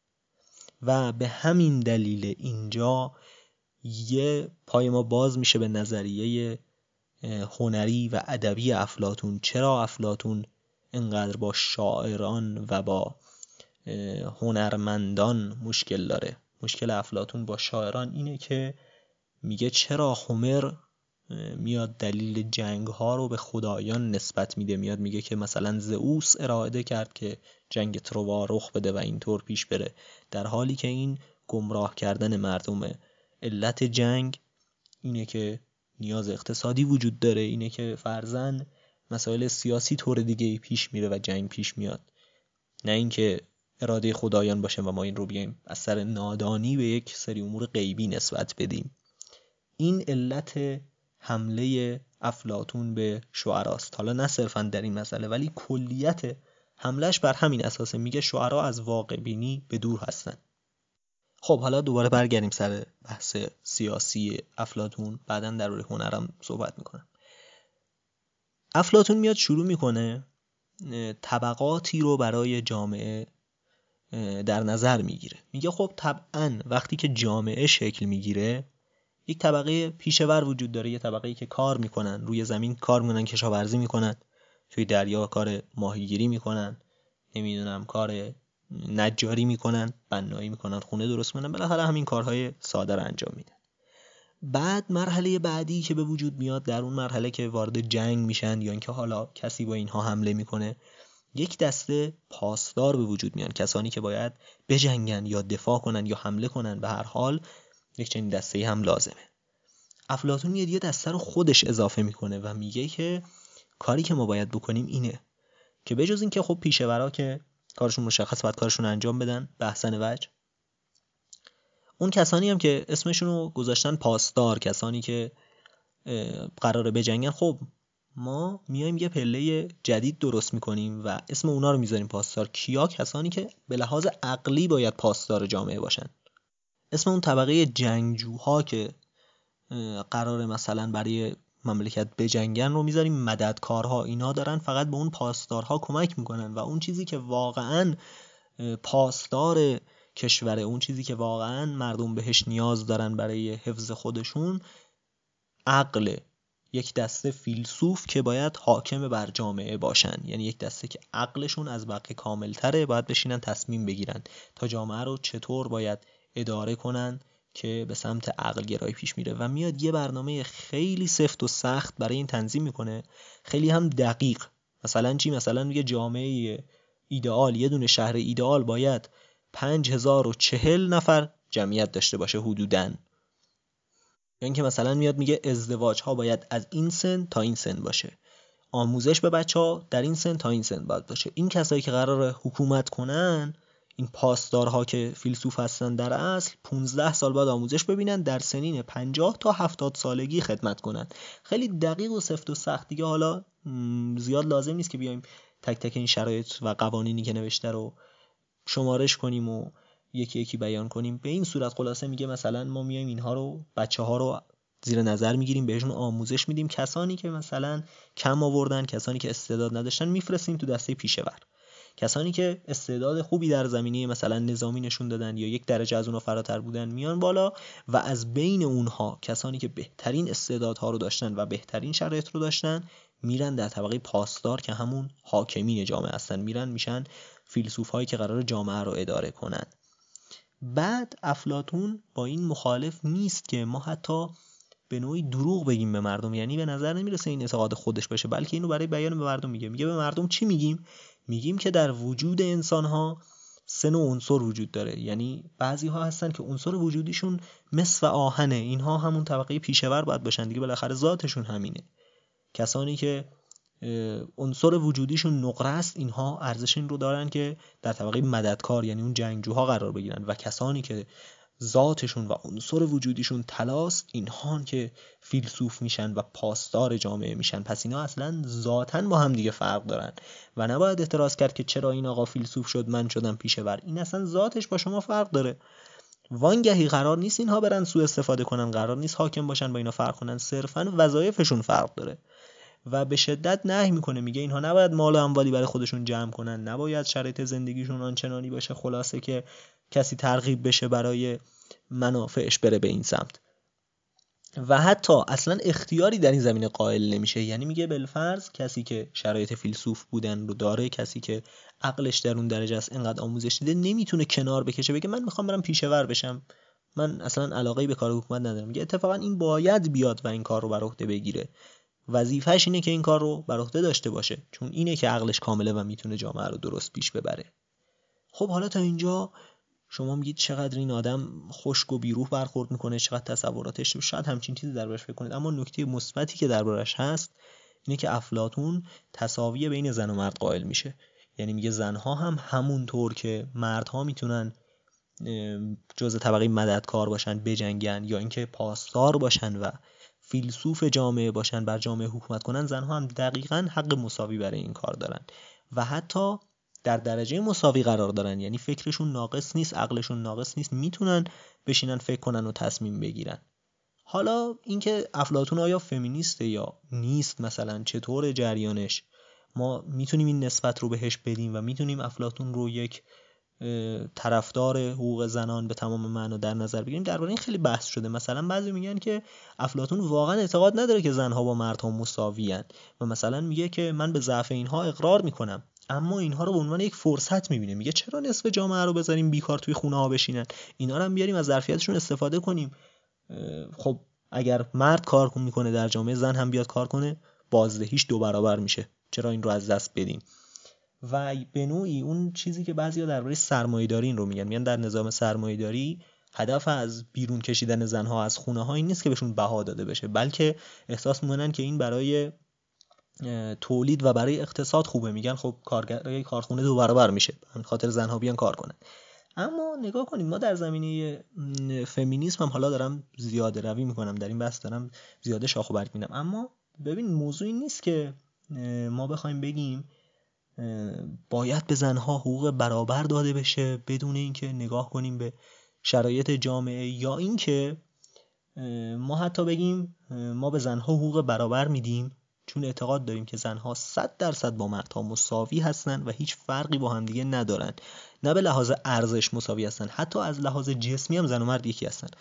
و به همین دلیل اینجا یه پای ما باز میشه به نظریه هنری و ادبی افلاطون. چرا افلاطون اینقدر با شاعران و با هنرمندان مشکل داره؟ مشکل افلاطون با شاعران اینه که میگه چرا هومر میاد دلیل جنگ ها رو به خدایان نسبت میده، میاد میگه که مثلا زئوس اراده کرد که جنگ تروا رخ بده و اینطور پیش بره، در حالی که این گمراه کردن مردمه. علت جنگ اینه که نیاز اقتصادی وجود داره، اینه که فرضاً مسائل سیاسی طور دیگه پیش میره و جنگ پیش میاد، نه اینکه اراده خدایان باشه و ما این رو بیایم از سر نادانی به یک سری امور غیبی نسبت بدیم. این علت حمله افلاطون به شعراست. حالا نه صرفاً در این مسئله، ولی کلیت حملش بر همین اساسه. میگه شعرا از واقع بینی به دور هستن. خب حالا دوباره برگردیم سر بحث سیاسی افلاطون، بعداً درباره هنرم صحبت میکنم. افلاطون میاد شروع میکنه طبقاتی رو برای جامعه در نظر میگیره. میگه خب طبعاً وقتی که جامعه شکل میگیره یک طبقه پیشور وجود داره، یه طبقه‌ای که کار میکنن، روی زمین کار میکنن، کشاورزی میکنن، توی دریا کار ماهیگیری میکنن، نمیدونم کار نجاری میکنن، بنایی میکنن، خونه درست میکنن، بالاخره همین کارهای ساده رو انجام میدن. بعد مرحله بعدی که به وجود میاد، در اون مرحله که وارد جنگ میشن یا اینکه حالا کسی با اینها حمله میکنه، یک دسته پاسدار به وجود میان، کسانی که باید بجنگن یا دفاع کنن یا حمله کنن، به هر حال یک چنین دسته‌ای هم لازمه. افلاطون میاد یه دسته رو خودش اضافه میکنه و میگه که کاری که ما باید بکنیم اینه که بجز این که خب پیشورا که کارشون مشخص باید کارشون انجام بدن به احسن وجه، اون کسانی هم که اسمشون رو گذاشتن پاسدار، کسانی که قراره بجنگن، خب ما میایم یه پله جدید درست میکنیم و اسم اونا رو میذاریم پاسدار. کیا؟ کسانی که به لحاظ عقلی باید پاسدار جامعه باشن. اسم اون طبقه جنگجوها که قراره مثلا برای مملکت بجنگن رو میذاریم مددکارها. اینا دارن فقط به اون پاسدارها کمک میکنن و اون چیزی که واقعا پاسدار کشوره، اون چیزی که واقعا مردم بهش نیاز دارن برای حفظ خودشون، عقله. یک دسته فیلسوف که باید حاکم بر جامعه باشن، یعنی یک دسته که عقلشون از بقیه کاملتره، باید بشینن تصمیم بگیرن تا جامعه رو چطور باید اداره کنن که به سمت عقل گرایی پیش میره و میاد یه برنامه خیلی سفت و سخت برای این تنظیم میکنه، خیلی هم دقیق. مثلا چی؟ مثلا میگه جامعه ایدئال، یه دونه شهر ایدئال باید 5040 نفر جمعیت داشته باشه حدوداً. یعنی که مثلا میاد میگه ازدواج ها باید از این سن تا این سن باشه، آموزش به بچه ها در این سن تا این سن باید باشه. این کسایی که قراره حکومت کنن، این پاسدارها که فیلسوف هستن، در اصل 15 سال بعد آموزش ببینن، در سنین 50 تا 70 سالگی خدمت کنن. خیلی دقیق و سفت و سخت دیگه. حالا زیاد لازم نیست که بیایم تک تک این شرایط و قوانینی که نوشته رو شمارش کنیم و یکی یکی بیان کنیم. به این صورت خلاصه میگه مثلا ما میایم اینها رو، بچه ها رو زیر نظر میگیریم، بهشون آموزش میدیم، کسانی که مثلا کم آوردن، کسانی که استعداد نداشتن میفرستیم تو دسته پیشور، کسانی که استعداد خوبی در زمینه مثلا نظامی نشون دادن یا یک درجه از اونها فراتر بودن میان بالا و از بین اونها کسانی که بهترین استعدادها رو داشتن و بهترین شرایط رو داشتن میرن در طبقه پاسدار که همون حاکمین جامعه هستن، میرن میشن فیلسوف هایی که قرار جامعه رو اداره کنن. بعد افلاطون با این مخالف نیست که ما حتی به نوعی دروغ بگیم به مردم، یعنی به نظر نمیرسه این اعتقاد خودش باشه، بلکه اینو برای بیان به مردم میگه به مردم چی میگیم؟ میگیم که در وجود انسان ها 3 نوع عنصر وجود داره. یعنی بعضی ها هستن که عنصر وجودیشون مس و آهنه، اینها همون طبقه پیشور باید باشن دیگه، بالاخره ذاتشون همینه. کسانی که عنصر وجودیشون نقره است، اینها ارزش این رو دارن که در طبقه مددکار یعنی اون جنگجوها قرار بگیرن. و کسانی که ذاتشون و عنصر وجودیشون طلاست، اینها که فیلسوف میشن و پاسدار جامعه میشن. پس اینا اصلا ذاتاً با هم دیگه فرق دارن و نباید اعتراض کرد که چرا این آقا فیلسوف شد من شدم پیشور. این اصلا ذاتش با شما فرق داره. وانگهی قرار نیست اینها برن سوء استفاده کنن، قرار نیست حاکم باشن با اینا فرق کنن، صرفاً وظایفشون فرق داره. و به شدت نهی میکنه، میگه اینها نباید مال و اموالی برای خودشون جمع کنن، نباید شرایط زندگیشون آنچنانی باشه خلاصه که کسی ترغیب بشه برای منافعش بره به این سمت. و حتی اصلا اختیاری در این زمینه قائل نمیشه. یعنی میگه بالفرض کسی که شرایط فیلسوف بودن رو داره، کسی که عقلش در اون درجه است، اینقدر آموزش دیده، نمیتونه کنار بکشه بگه من میخوام برم پیشور بشم، من اصلا علاقه‌ای به کار حکومت ندارم. میگه اتفاقا این باید بیاد و این کار رو بر عهده بگیره، وظیفه‌ش اینه که این کار رو بر عهده داشته باشه، چون اینه که عقلش کامله و میتونه جامعه رو درست پیش ببره. خب حالا تا اینجا شما میگید چقدر این آدم خشک و بیروح برخورد میکنه، چقدر تصوراتش، شاید همچین چیزی دربارش فکر کنید. اما نکته مثبتی که دربارش هست اینه که افلاطون تساوی بین زن و مرد قائل میشه. یعنی میگه زنها هم همونطور که مردها میتونن جزء طبقه مددکار باشن، بجنگن یا اینکه پاسدار باشن و فیلسوف جامعه باشن، بر جامعه حکومت کنن، زنها هم دقیقاً حق مساوی برای این کار دارن و حتی در درجه مساوی قرار دارن. یعنی فکرشون ناقص نیست، عقلشون ناقص نیست، میتونن بشینن فکر کنن و تصمیم بگیرن. حالا اینکه افلاطون آیا فمینیسته یا نیست، مثلا چطور جریانش، ما میتونیم این نسبت رو بهش بدیم و میتونیم افلاطون رو یک طرفدار حقوق زنان به تمام معنا در نظر بگیریم. درباره این خیلی بحث شده. مثلا بعضی میگن که افلاطون واقعا اعتقاد نداره که زنها با مردها مساویان و مثلا میگه که من به ضعف اینها اقرار میکنم، اما اینها رو به عنوان یک فرصت میبینه. میگه چرا نصف جامعه رو بذاریم بیکار توی خونه ها بشینن، اینا رو هم بیاریم از ظرفیتشون استفاده کنیم. خب اگر مرد کار میکنه در جامعه، زن هم بیاد کار کنه، بازدهیش 2 برابر میشه، چرا این رو از دست بدیم؟ و به نوعی اون چیزی که بعضیا درباره سرمایه‌داری این رو میگن در نظام سرمایه‌داری هدف از بیرون کشیدن زنها از خونه ها این نیست که بهشون بها داده بشه، بلکه احساس میکنن که این برای تولید و برای اقتصاد خوبه. میگن خب کارگرای کارخونه 2 برابر میشه، به خاطر زنها بیان کار کنن. اما نگاه کنید، ما در زمینه فمینیسم هم، حالا دارم زیاده روی میکنم در این بحث، دارم زیاده شاخ و برگ میدم، اما ببین موضوع این نیست که ما بخوایم بگیم باید به زنها حقوق برابر داده بشه بدون اینکه نگاه کنیم به شرایط جامعه، یا اینکه ما حتی بگیم ما به زنها حقوق برابر میدیم چون اعتقاد داریم که زنها 100% با مردها مساوی هستن و هیچ فرقی با هم دیگه ندارن، نه به لحاظ ارزش مساوی هستن، حتی از لحاظ جسمی هم زن و مرد یکی هستن.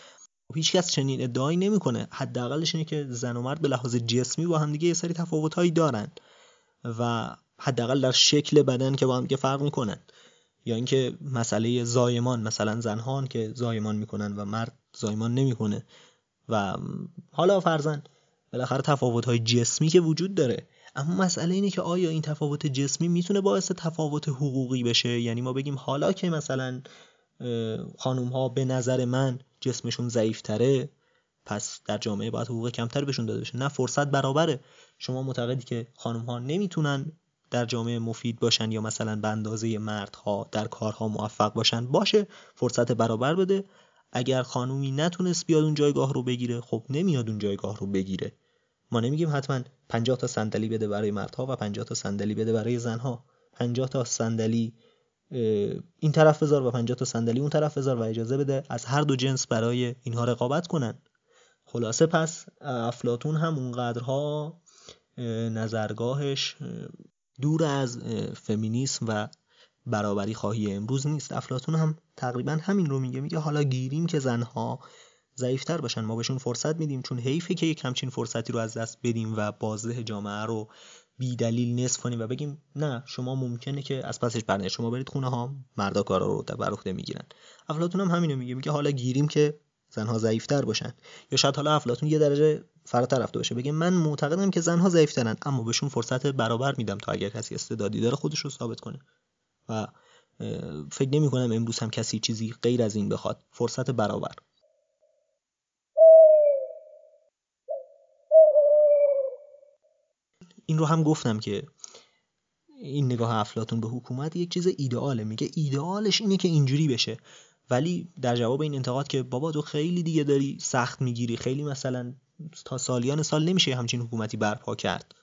هیچ کس چنین ادعایی نمیکنه. حداقلش اینه که زن و مرد به لحاظ جسمی با هم دیگه یه سری تفاوت‌هایی دارن و حداقل در شکل بدن که با هم دیگه فرق میکنن. یا اینکه مسئله زایمان، مثلا زن‌ها که زایمان میکنن و مرد زایمان نمیکنه و حالا فرضاً بالاخره تفاوت‌های جسمی که وجود داره. اما مسئله اینه که آیا این تفاوت جسمی میتونه باعث تفاوت حقوقی بشه؟ یعنی ما بگیم حالا که مثلا خانوم‌ها به نظر من جسمشون ضعیف‌تره پس در جامعه باید حقوق کمتر بهشون داده بشه. نه، فرصت برابره. شما معتقدی که خانوم‌ها نمیتونن در جامعه مفید باشن یا مثلا به اندازه مردها در کارها موفق باشن، باشه فرصت برابر بده. اگر خانومی نتونست بیاد اون جایگاه رو بگیره، خب نمیاد اون جایگاه رو بگیره. ما نمیگیم حتما 50 تا صندلی بده برای مردها و 50 تا صندلی بده برای زنها. 50 تا صندلی این طرف بذار و 50 تا صندلی اون طرف بذار و اجازه بده از هر دو جنس برای اینها رقابت کنن. خلاصه پس افلاطون هم اونقدرها نظرگاهش دور از فمینیسم و برابری خواهی امروز نیست. افلاطون هم تقریبا همین رو میگه حالا گیریم که زنها ضعیفتر باشن، ما بهشون فرصت میدیم، چون حیفه که یک همچین فرصتی رو از دست بدیم و بازده جامعه رو بی دلیل نصف کنیم و بگیم نه شما ممکنه که از پسش برنید، شما برید خونه ها، مردا کارا رو بر عهده میگیرن. افلاطون هم همینو میگه حالا گیریم که زنها ضعیفتر باشن. یا شاید حالا افلاطون یه درجه فراتر رفته باشه، بگه من معتقدم که زنها ضعیفترن اما بهشون فرصت برابر میدم تا اگر کسی استعدادی داره خودش رو ثابت کنه. و فکر نمی‌کنم امروز هم کسی چیزی غیر از این بخواد، فرصت برابر. این رو هم گفتم که این نگاه افلاطون به حکومت یک چیز ایدئاله. میگه ایدئالش اینه که اینجوری بشه، ولی در جواب این انتقاد که بابا تو خیلی دیگه داری سخت میگیری، خیلی مثلا تا سالیان سال نمیشه همچین حکومتی برپا کرد،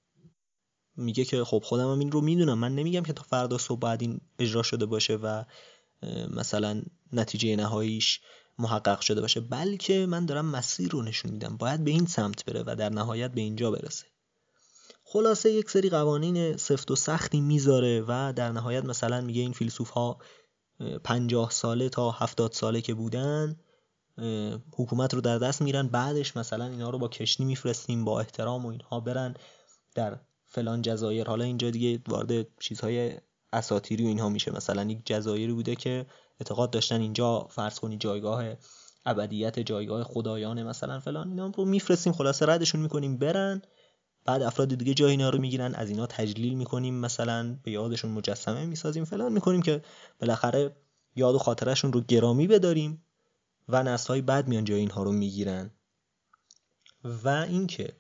میگه که خب خودم هم این رو میدونم، من نمیگم که تا فردا صبح بعد این اجرا شده باشه و مثلا نتیجه نهاییش محقق شده باشه، بلکه من دارم مسیر رو نشون میدم، باید به این سمت بره و در نهایت به اینجا برسه. خلاصه یک سری قوانین سفت و سختی میذاره و در نهایت مثلا میگه این فیلسوف ها 50 ساله تا 70 ساله که بودن حکومت رو در دست میگیرن، بعدش مثلا اینا رو با کشتی میفرستیم با احترام و اینها برن در فلان جزایر. حالا اینجا دیگه وارد چیزهای اساطیری و اینها میشه، مثلا یک جزایری بوده که اعتقاد داشتن اینجا فرض کنی جایگاه ابدیت، جایگاه خدایان مثلا فلان، اینا رو میفرستیم خلاصه ردشون میکنیم برن، بعد افراد دیگه جای اینا رو میگیرن، از اینا تجلیل میکنیم، مثلا به یادشون مجسمه میسازیم فلان میکنیم که بالاخره یاد و خاطرشون رو گرامی بداریم و نسل‌های بعد میان جای اینها رو میگیرن. و اینکه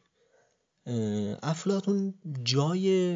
افلاطون جای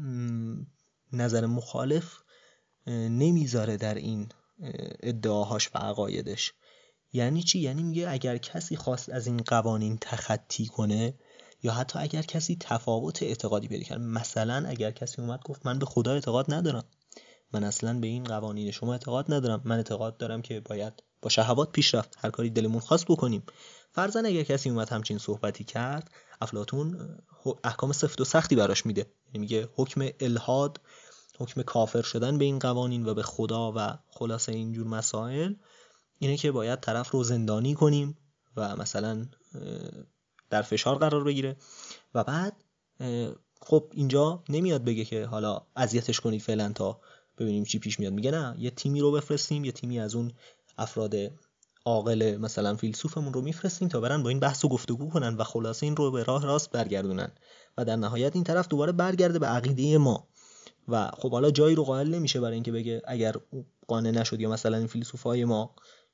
نظر مخالف نمیذاره در این ادعاهاش و عقایدش. یعنی چی؟ یعنی میگه اگر کسی خواست از این قوانین تخطی کنه یا حتی اگر کسی تفاوت اعتقادی پیدا کرد، مثلا اگر کسی اومد گفت من به خدا اعتقاد ندارم، من اصلا به این قوانین شما اعتقاد ندارم، من اعتقاد دارم که باید با شهوات پیش رفت، هر کاری دلمون خواست بکنیم. فرضاً اگر کسی اومد همچین صحبتی کرد، افلاطون احکام سفت و سختی براش میده. یعنی میگه حکم الحاد، حکم کافر شدن به این قوانین و به خدا و خلاصه اینجور مسائل اینه که باید طرف رو زندانی کنیم و مثلا در فشار قرار بگیره. و بعد خب اینجا نمیاد بگه که حالا اذیتش کنید فعلا تا ببینیم چی پیش میاد، میگه نه، یه تیمی رو بفرستیم، یه تیمی از اون افراد عاقل مثلا فیلسوفمون رو میفرستیم تا برن با این بحث و گفتگو کنن و خلاصه این رو به راه راست برگردونن و در نهایت این طرف دوباره برگرده به عقیده ما. و خب حالا جایی رو قائل نمیشه برای اینکه بگه اگر قانع نشد یا مثلا این فیلسوفای ما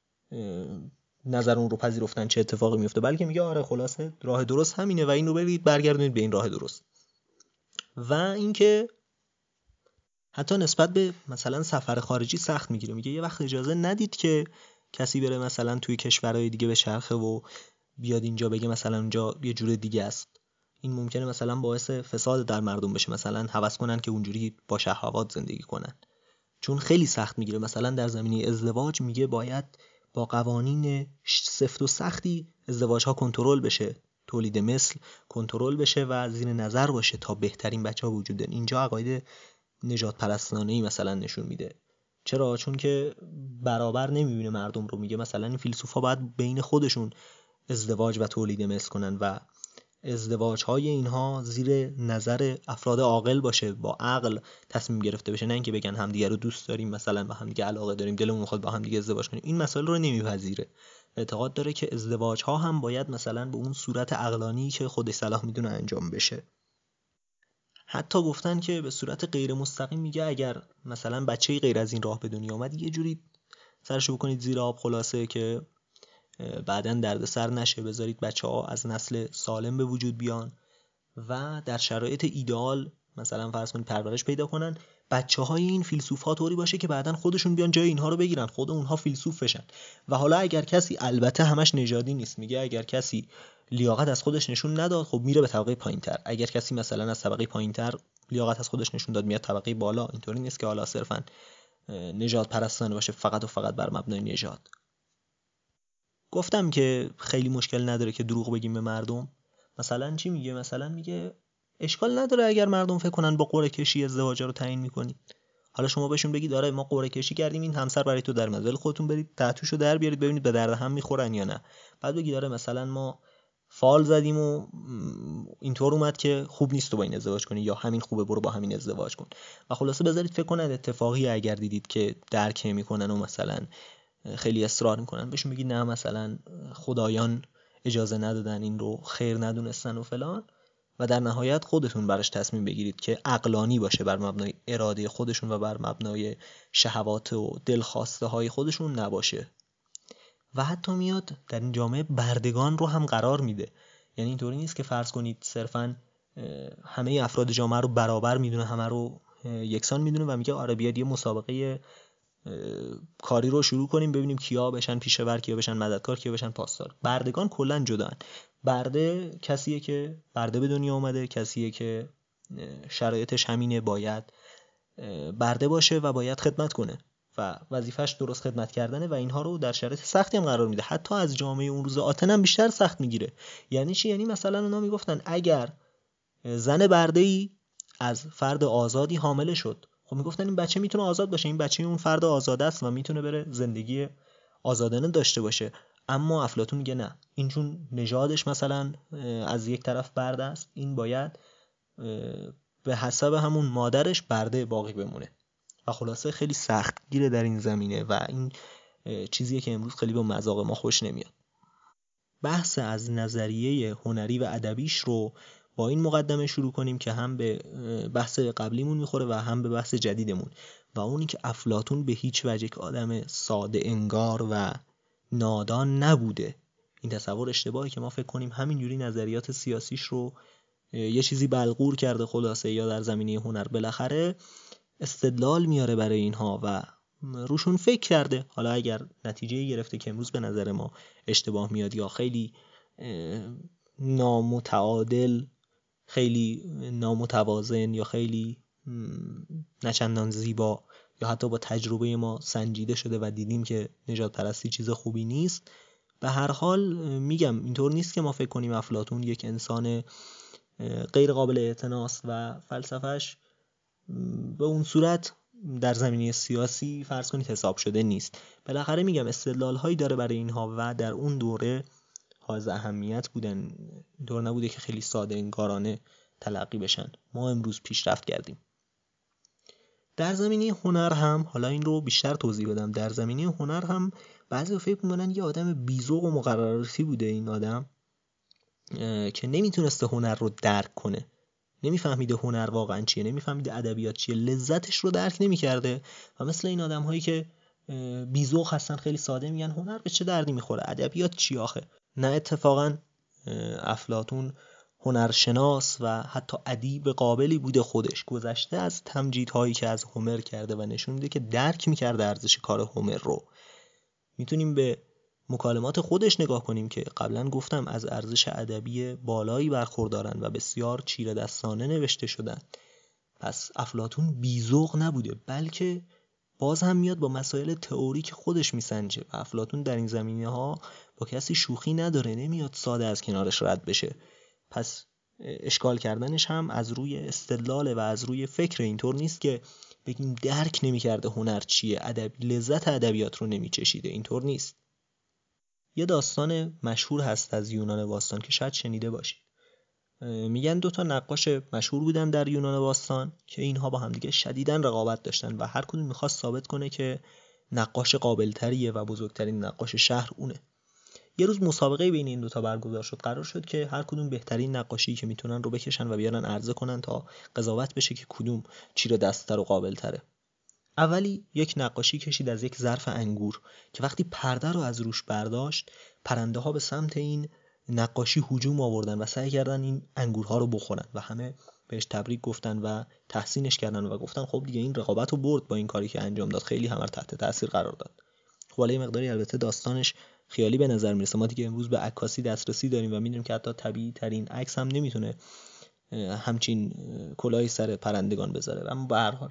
نظر اون رو پذیرفتن چه اتفاقی میفته، بلکه میگه آره خلاصه راه درست همینه و این رو برید برگردونید به این راه درست. و اینکه حتی نسبت به مثلا سفر خارجی سخت میگیره، میگه یه وقت اجازه ندید که کسی بره مثلا توی کشورهای دیگه به چرخه و بیاد اینجا بگه مثلا اونجا یه جور دیگه است. این ممکنه مثلا باعث فساد در مردم بشه، مثلا هوس کنن که اونجوری با شهوات زندگی کنن، چون خیلی سخت میگیره. مثلا در زمینه ازدواج میگه باید با قوانین سفت و سختی ازدواج ها کنترل بشه، تولید مثل کنترل بشه و زیر نظر باشه تا بهترین بچه‌ها وجود دارن. اینجا عقاید نجات پرستانه‌ای مثلا نشون میده، چرا؟ چون که برابر نمیبینه مردم رو. میگه مثلا این فیلسوفا باید بین خودشون ازدواج و تولید مثل کنن و ازدواج‌های اینها زیر نظر افراد عاقل باشه، با عقل تصمیم گرفته بشه، نه اینکه بگن همدیگه رو دوست داریم، مثلا با همدیگه علاقه داریم، دلمون می‌خواد با همدیگه ازدواج کنیم. این مسائل رو نمیپذیره. اعتقاد داره که ازدواج‌ها هم باید مثلا به اون صورت عقلانی که خودش صلاح میدونه انجام بشه. حتی گفتن که به صورت غیر مستقیم میگه اگر مثلا بچه‌ای غیر از این راه به دنیا اومد، یه جوری سرشو بکنید زیر آب، خلاصه که بعدن دردسر نشه، بذارید بچه‌ها از نسل سالم به وجود بیان و در شرایط ایدئال مثلا فرض کنید پرورش پیدا کنن. بچه‌های این فیلسوف‌ها طوری باشه که بعدن خودشون بیان جای اینها رو بگیرن، خود اونها فیلسوف بشن. و حالا اگر کسی، البته همش نژادی نیست، میگه اگر کسی لیاقت از خودش نشون نداد، خب میره به طبقه پایین‌تر. اگر کسی مثلا از طبقه پایین‌تر لیاقت از خودش نشون داد، میاد طبقه بالا. اینطوری نیست که حالا صرفاً نژاد پرستانه باشه، فقط و فقط بر مبنای نژاد. گفتم که خیلی مشکل نداره که دروغ بگیم به مردم. مثلا چی میگه؟ مثلا میگه اشکال نداره اگر مردم فکر کنن با قرعه کشی ازدواجا رو تعیین میکنید. حالا شما بهشون بگید آره ما قرعه کشی کردیم این همسر برای تو در اومد، ولی خودتون برید تحتوشو در بیارید ببینید به درد هم میخورن یا نه. بعد بگید آره مثلا ما فال زدیم و اینطور اومد که خوب نیست تو با این ازدواج کنی، یا همین خوبه برو با همین ازدواج کن. و خلاصه بذارید فکر کنن اتفاقی اگر دیدید که درک نمیکنن و مثلا خیلی اصرار میکنن، بهشون بگید نه مثلا خدایان اجازه ندادن، این رو خیر ندونستن و فلان، و در نهایت خودتون براش تصمیم بگیرید که عقلانی باشه، بر مبنای اراده خودشون و بر مبنای شهوات و دلخواسته های خودشون نباشه. و حتی میاد در این جامعه بردگان رو هم قرار میده. یعنی اینطوری نیست که فرض کنید صرفاً همه افراد جامعه رو برابر میدونه، همه رو یکسان میدونه و میگه آره بیاد یه مسابقه کاری رو شروع کنیم ببینیم کیا بشن پیشه‌ور، کیا بشن مددکار، کیا بشن پاسدار. بردگان کلا جدان. برده کسیه که برده به دنیا اومده، کسیه که شرایطش همینه، باید برده باشه و باید خدمت کنه و وظیفش درست خدمت کردنه و اینها رو در شرایط سختی هم قرار میده. حتی از جامعه اون روز آتن هم بیشتر سخت میگیره. یعنی چی؟ یعنی مثلا اونا میگفتن اگر زن برده‌ای از فرد آزادی حامله شد، خب میگفتن این بچه میتونه آزاد باشه، این بچه اون فرد آزاده است و میتونه بره زندگی آزادانه داشته باشه. اما افلاطون میگه نه، این چون نژادش مثلا از یک طرف برده است، این باید به حسب همون مادرش برده باقی بمونه. و خلاصه خیلی سخت گیره در این زمینه و این چیزیه که امروز خیلی به مذاق ما خوش نمیاد. بحث از نظریه هنری و ادبیش رو با این مقدمه شروع کنیم که هم به بحث قبلیمون میخوره و هم به بحث جدیدمون، و اونی که افلاطون به هیچ وجه که آدم ساده انگار و نادان نبوده. این تصور اشتباهی که ما فکر کنیم همینجوری نظریات سیاسیش رو یه چیزی بلغور کرده خلاصه، یا در زمینه هنر بالاخره استدلال میاره برای اینها و روشون فکر کرده. حالا اگر نتیجه گرفته که امروز به نظر ما اشتباه میاد یا خیلی نامتعادل، خیلی نامتوازن یا خیلی نچندان زیبا، یا حتی با تجربه ما سنجیده شده و دیدیم که نژاد پرستی چیز خوبی نیست، به هر حال میگم اینطور نیست که ما فکر کنیم افلاطون یک انسان غیر قابل اعتناست و فلسفهش به اون صورت در زمینه سیاسی فرض کنید حساب شده نیست. بالاخره میگم استدلال هایی داره برای اینها و در اون دوره حائز اهمیت بودن، دور نبوده که خیلی ساده انگارانه تلقی بشن. ما امروز پیشرفت کردیم. در زمینه هنر هم، حالا این رو بیشتر توضیح بدم، در زمینه هنر هم بعضی فکر میکنن یه آدم بی‌ذوق و مقرراتی بوده این آدم که نمیتونسته هنر رو درک کنه، نمیفهمیده هنر واقعا چیه، نمیفهمیده ادبیات چیه، لذتش رو درک نمیکرده و مثل این آدم هایی که بی‌ذوق هستن خیلی ساده میگن هنر به چه دردی میخوره، ادبیات چی آخه. نه، اتفاقا افلاطون هنرشناس و حتی ادیب قابلی بوده، خودش گذشته از تمجیدهایی که از هومر کرده و نشون میده که درک میکرده ارزش کار هومر رو. میتونیم به مکالمات خودش نگاه کنیم که قبلا گفتم از ارزش ادبی بالایی برخوردارن و بسیار چیره دستانه نوشته شدن. پس افلاطون بی‌ذوق نبوده، بلکه باز هم میاد با مسائل تئوریک خودش میسنجه و افلاطون در این زمینه ها با کسی شوخی نداره، نمیاد ساده از کنارش رد بشه. پس اشکال کردنش هم از روی استدلال و از روی فکر. اینطور نیست که بگیم درک نمی‌کرده هنر چیه، لذت ادبیات رو نمی‌چشیده، اینطور نیست. یه داستان مشهور هست از یونان باستان که شاید شنیده باشید. میگن 2 نقاش مشهور بودن در یونان باستان که اینها با هم دیگه شدیداً رقابت داشتن و هر کدوم می‌خواست ثابت کنه که نقاش قابل‌تریه و بزرگترین نقاش شهر اونه. یه روز مسابقه بین این 2 برگزار شد. قرار شد که هر کدوم بهترین نقاشی که میتونن رو بکشن و بیارن عرضه کنن تا قضاوت بشه که کدوم چیره دست‌تر و قابل‌تره. اولی یک نقاشی کشید از یک ظرف انگور که وقتی پرده رو از روش برداشت، پرنده‌ها به سمت این نقاشی هجوم آوردن و سعی کردن این انگورها رو بخورن و همه بهش تبریک گفتن و تحسینش کردن و گفتن خب دیگه این رقابت رو برد با این کاری که انجام داد، خیلی همه رو تحت تاثیر قرار داد. خب حالا یه مقداری البته داستانش خیالی به نظر میرسه. ما دیگه امروز به عکاسی دسترسی داریم و میدونیم که حتی طبیعی ترین عکس هم نمیتونه همچین کلاهی سر پرندگان بذاره، اما به هر حال.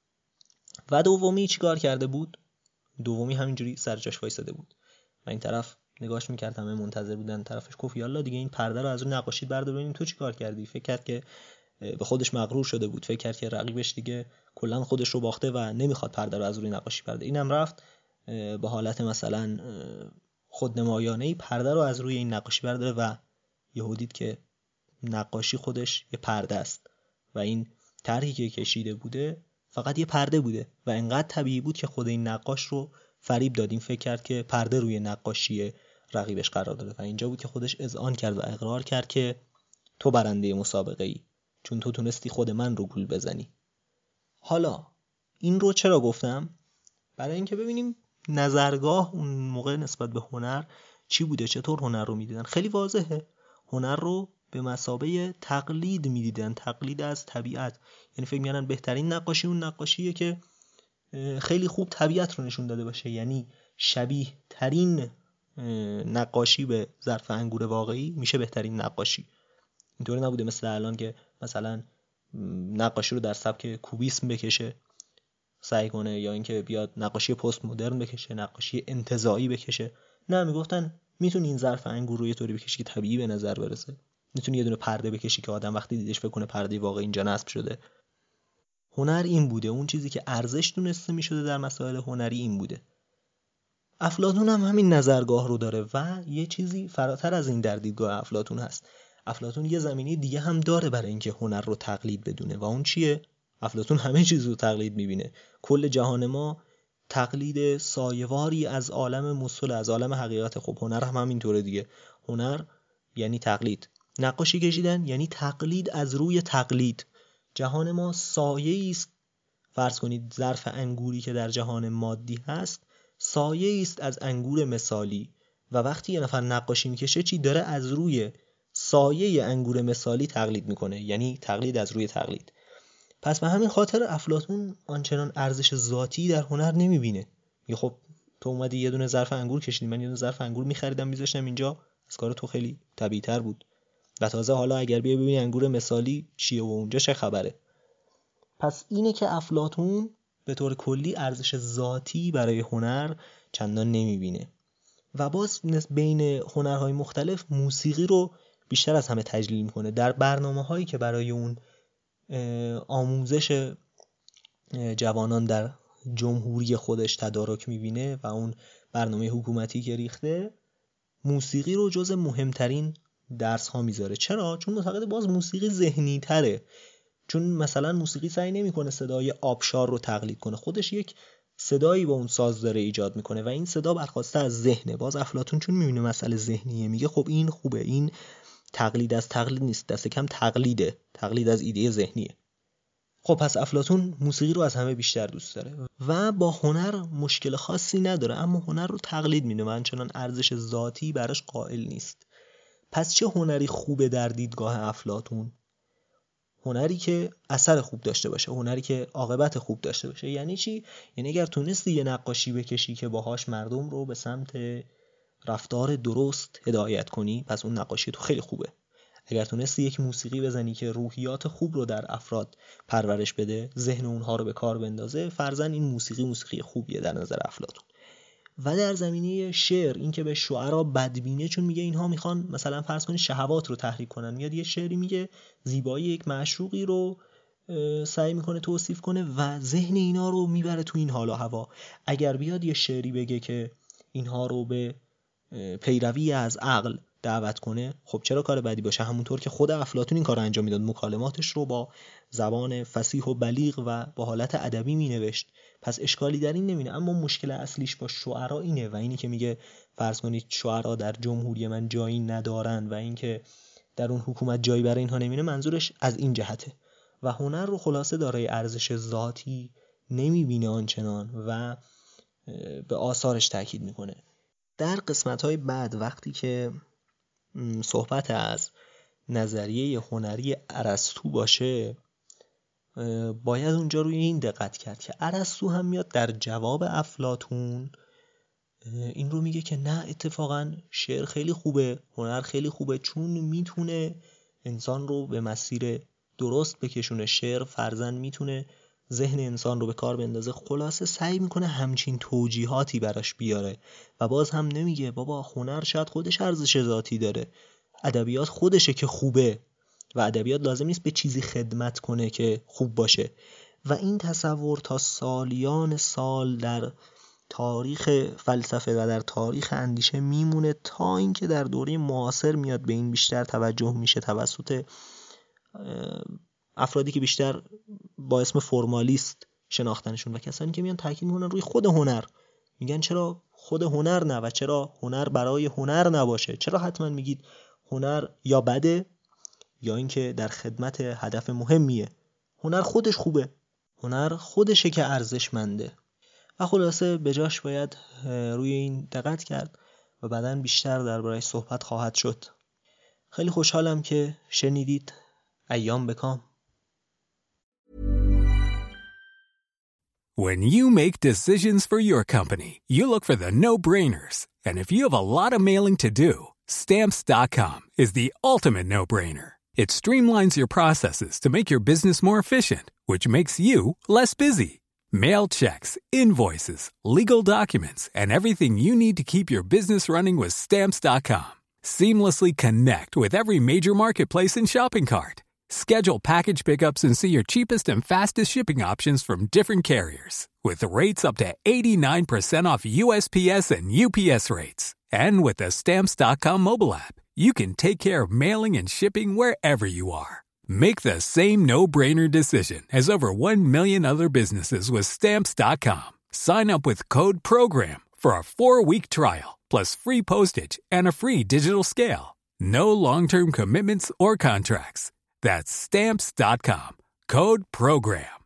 و دومی چیکار کرده بود؟ دومی همینجوری سر جاش وایساده بود و این طرف نگاهش میکرد، همه منتظر بودن. طرفش گفت یالا دیگه این پرده رو از اون نقاشی بردار ببینیم تو چیکار کردی. فکر کرد که به خودش مغرور شده بود، فکر کرد که رقیبش دیگه کلا خودش رو باخته و نمیخواد پرده رو از روی نقاشی برداره. اینم رفت به حالت مثلا خودنمایانه‌ای پرده رو از روی این نقاشی برداره و یهو دید که نقاشی خودش یه پرده است و این طرحی که کشیده بوده فقط یه پرده بوده و انقدر طبیعی بود که خود این نقاش رو فریب داد. این فکر کرد که پرده روی نقاشی رقیبش قرار داره و اینجا بود که خودش اذعان کرد و اقرار کرد که تو برنده مسابقه ای، چون تو تونستی خود من رو گول بزنی. حالا این رو چرا گفتم؟ برای اینکه ببینیم نظرگاه اون موقع نسبت به هنر چی بوده، چطور هنر رو میدیدن. خیلی واضحه، هنر رو به مثابه تقلید میدیدن، تقلید از طبیعت. یعنی فکر می‌کردن بهترین نقاشی اون نقاشیه که خیلی خوب طبیعت رو نشون داده باشه، یعنی شبیه ترین نقاشی به ظرف انگور واقعی میشه بهترین نقاشی. اینطوری نبوده مثل الان که مثلا نقاشی رو در سبک کوبیسم بکشه سعی کنه، یا اینکه بیاد نقاشی پست مدرن بکشه، نقاشی انتزاعی بکشه. نه، میگفتن میتونی این ظرف انگور رو یه طوری بکشی که طبیعی به نظر برسه، میتونی یه دونه پرده بکشی که آدم وقتی دیدش فکر کنه پرده واقعی اینجا نصب شده. هنر این بوده، اون چیزی که ارزش دونسته میشده در مسائل هنری این بوده. افلاطون هم همین نظرگاه رو داره و یه چیزی فراتر از این در دیدگاه افلاطون هست. افلاطون یه زمینه دیگه هم داره برای اینکه هنر رو تقلید بدونه و اون چیه؟ افلاطون همه چیز رو تقلید میبینه. کل جهان ما تقلید سایه‌واری از عالم مسل، از عالم حقیقت. خب هنر هم همینطوره دیگه. هنر یعنی تقلید. نقاشی کشیدن یعنی تقلید از روی تقلید. جهان ما سایه‌ای است. فرض کنید ظرف انگوری که در جهان مادی هست سایه‌ای است از انگور مثالی و وقتی یه نفر نقاشی میکشه چی داره؟ از روی سایه انگور مثالی تقلید میکنه، یعنی تقلید از روی تقلید. پس به همین خاطر افلاطون آنچنان ارزش ذاتی در هنر نمیبینه. میگه خب تو اومدی یه دونه ظرف انگور کشیدی، من یه دونه ظرف انگور میخریدم میذاشتم اینجا، از کار تو خیلی طبیعی‌تر بود. و تازه حالا اگر بیا ببینی انگور مثالی چیه و اونجا چه خبره. پس اینه که افلاطون به طور کلی ارزش ذاتی برای هنر چندان نمیبینه و باز بین هنرهای مختلف موسیقی رو بیشتر از همه تجلیل میکنه. در برنامه‌هایی که برای اون آموزش جوانان در جمهوری خودش تدارک میبینه و اون برنامه حکومتی که ریخته، موسیقی رو جز مهمترین درس ها میذاره. چرا؟ چون معتقد باز موسیقی ذهنی تره. چون مثلا موسیقی سعی نمیکنه صدای آبشار رو تقلید کنه، خودش یک صدایی با اون ساز داره ایجاد میکنه و این صدا برخواسته از ذهنه. باز افلاطون چون میبینه مسئله ذهنیه میگه خب این خوبه، این تقلید از تقلید نیست، دست کم تقلیده، تقلید از ایده ذهنیه. خب پس افلاطون موسیقی رو از همه بیشتر دوست داره و با هنر مشکل خاصی نداره، اما هنر رو تقلید میده و همچنان ارزش ذاتی براش قائل نیست. پس چه هنری خوبه در دیدگاه افلاطون؟ هنری که اثر خوب داشته باشه، هنری که عاقبت خوب داشته باشه. یعنی چی؟ یعنی اگر تونستی یه نقاشی بکشی که باهاش مردم رو به سمت رفتار درست هدایت کنی، پس اون نقاشی تو خیلی خوبه. اگر تونستی یک موسیقی بزنی که روحیات خوب رو در افراد پرورش بده، ذهن اونها رو به کار بندازه، فرضاً این موسیقی خوبیه در نظر افلاطون. و در زمینه شعر این که به شعرا بدبینه، چون میگه اینها میخوان مثلا فرض کنید شهوات رو تحریک کنن. میاد یه شعری میگه زیبایی یک معشوقی رو سعی میکنه توصیف کنه و ذهن اینا رو میبره تو این حال و هوا. اگر بیاد یه شعری بگه که اینها رو به پیروی از عقل دعوت کنه، خب چرا کار بدی باشه؟ همونطور که خود افلاطون این کار رو انجام میداد، مکالماتش رو با زبان فصیح و بلیغ و با حالت ادبی مینوشت، پس اشکالی در این نمینه. اما مشکل اصلیش با شعرا اینه و اینی که میگه فرض کنید شعرا در جمهوری من جایی ندارن و اینکه در اون حکومت جایی برای اینها نمینه، منظورش از این جهته و هنر رو خلاصه دارای ارزش ذاتی نمیبینه آنچنان و به آثارش تاکید میکنه. در قسمت‌های بعد وقتی که صحبت از نظریه هنری ارسطو باشه، باید اونجا روی این دقت کرد که ارسطو هم میاد در جواب افلاطون این رو میگه که نه، اتفاقا شعر خیلی خوبه، هنر خیلی خوبه، چون میتونه انسان رو به مسیر درست بکشونه. شعر فرضاً میتونه ذهن انسان رو به کار بندازه. خلاصه سعی میکنه همچین توجیهاتی براش بیاره و باز هم نمیگه بابا هنر شاید خودش ارزش ذاتی داره، ادبیات خودشه که خوبه و ادبیات لازم نیست به چیزی خدمت کنه که خوب باشه. و این تصور تا سالیان سال در تاریخ فلسفه و در تاریخ اندیشه میمونه، تا اینکه در دوره معاصر میاد به این بیشتر توجه میشه توسط افرادی که بیشتر با اسم فرمالیست شناختنشون و کسانی که میان تاکید میکنن روی خود هنر. میگن چرا خود هنر نه و چرا هنر برای هنر نباشه؟ چرا حتما میگید هنر یا بده یا اینکه در خدمت هدف مهمیه؟ هنر خودش خوبه، هنر خودشه که ارزشمنده. و خلاصه به جاش باید روی این دقت کرد و بعداً بیشتر درباره‌اش صحبت خواهد شد. خیلی خوشحالم که شنیدید. ایام بکام. When you make decisions for your company, you look for the no-brainers. And if you have a lot of mailing to do, Stamps.com is the ultimate no-brainer. It streamlines your processes to make your business more efficient, which makes you less busy. Mail checks, invoices, legal documents, and everything you need to keep your business running with Stamps.com. Seamlessly connect with every major marketplace and shopping cart. Schedule package pickups and see your cheapest and fastest shipping options from different carriers, with rates up to 89% off USPS and UPS rates. And with the Stamps.com mobile app, you can take care of mailing and shipping wherever you are. Make the same no-brainer decision as over 1 million other businesses with Stamps.com. Sign up with code PROGRAM for a 4-week trial, plus free postage and a free digital scale. No long-term commitments or contracts. That's Stamps.com. Code PROGRAM.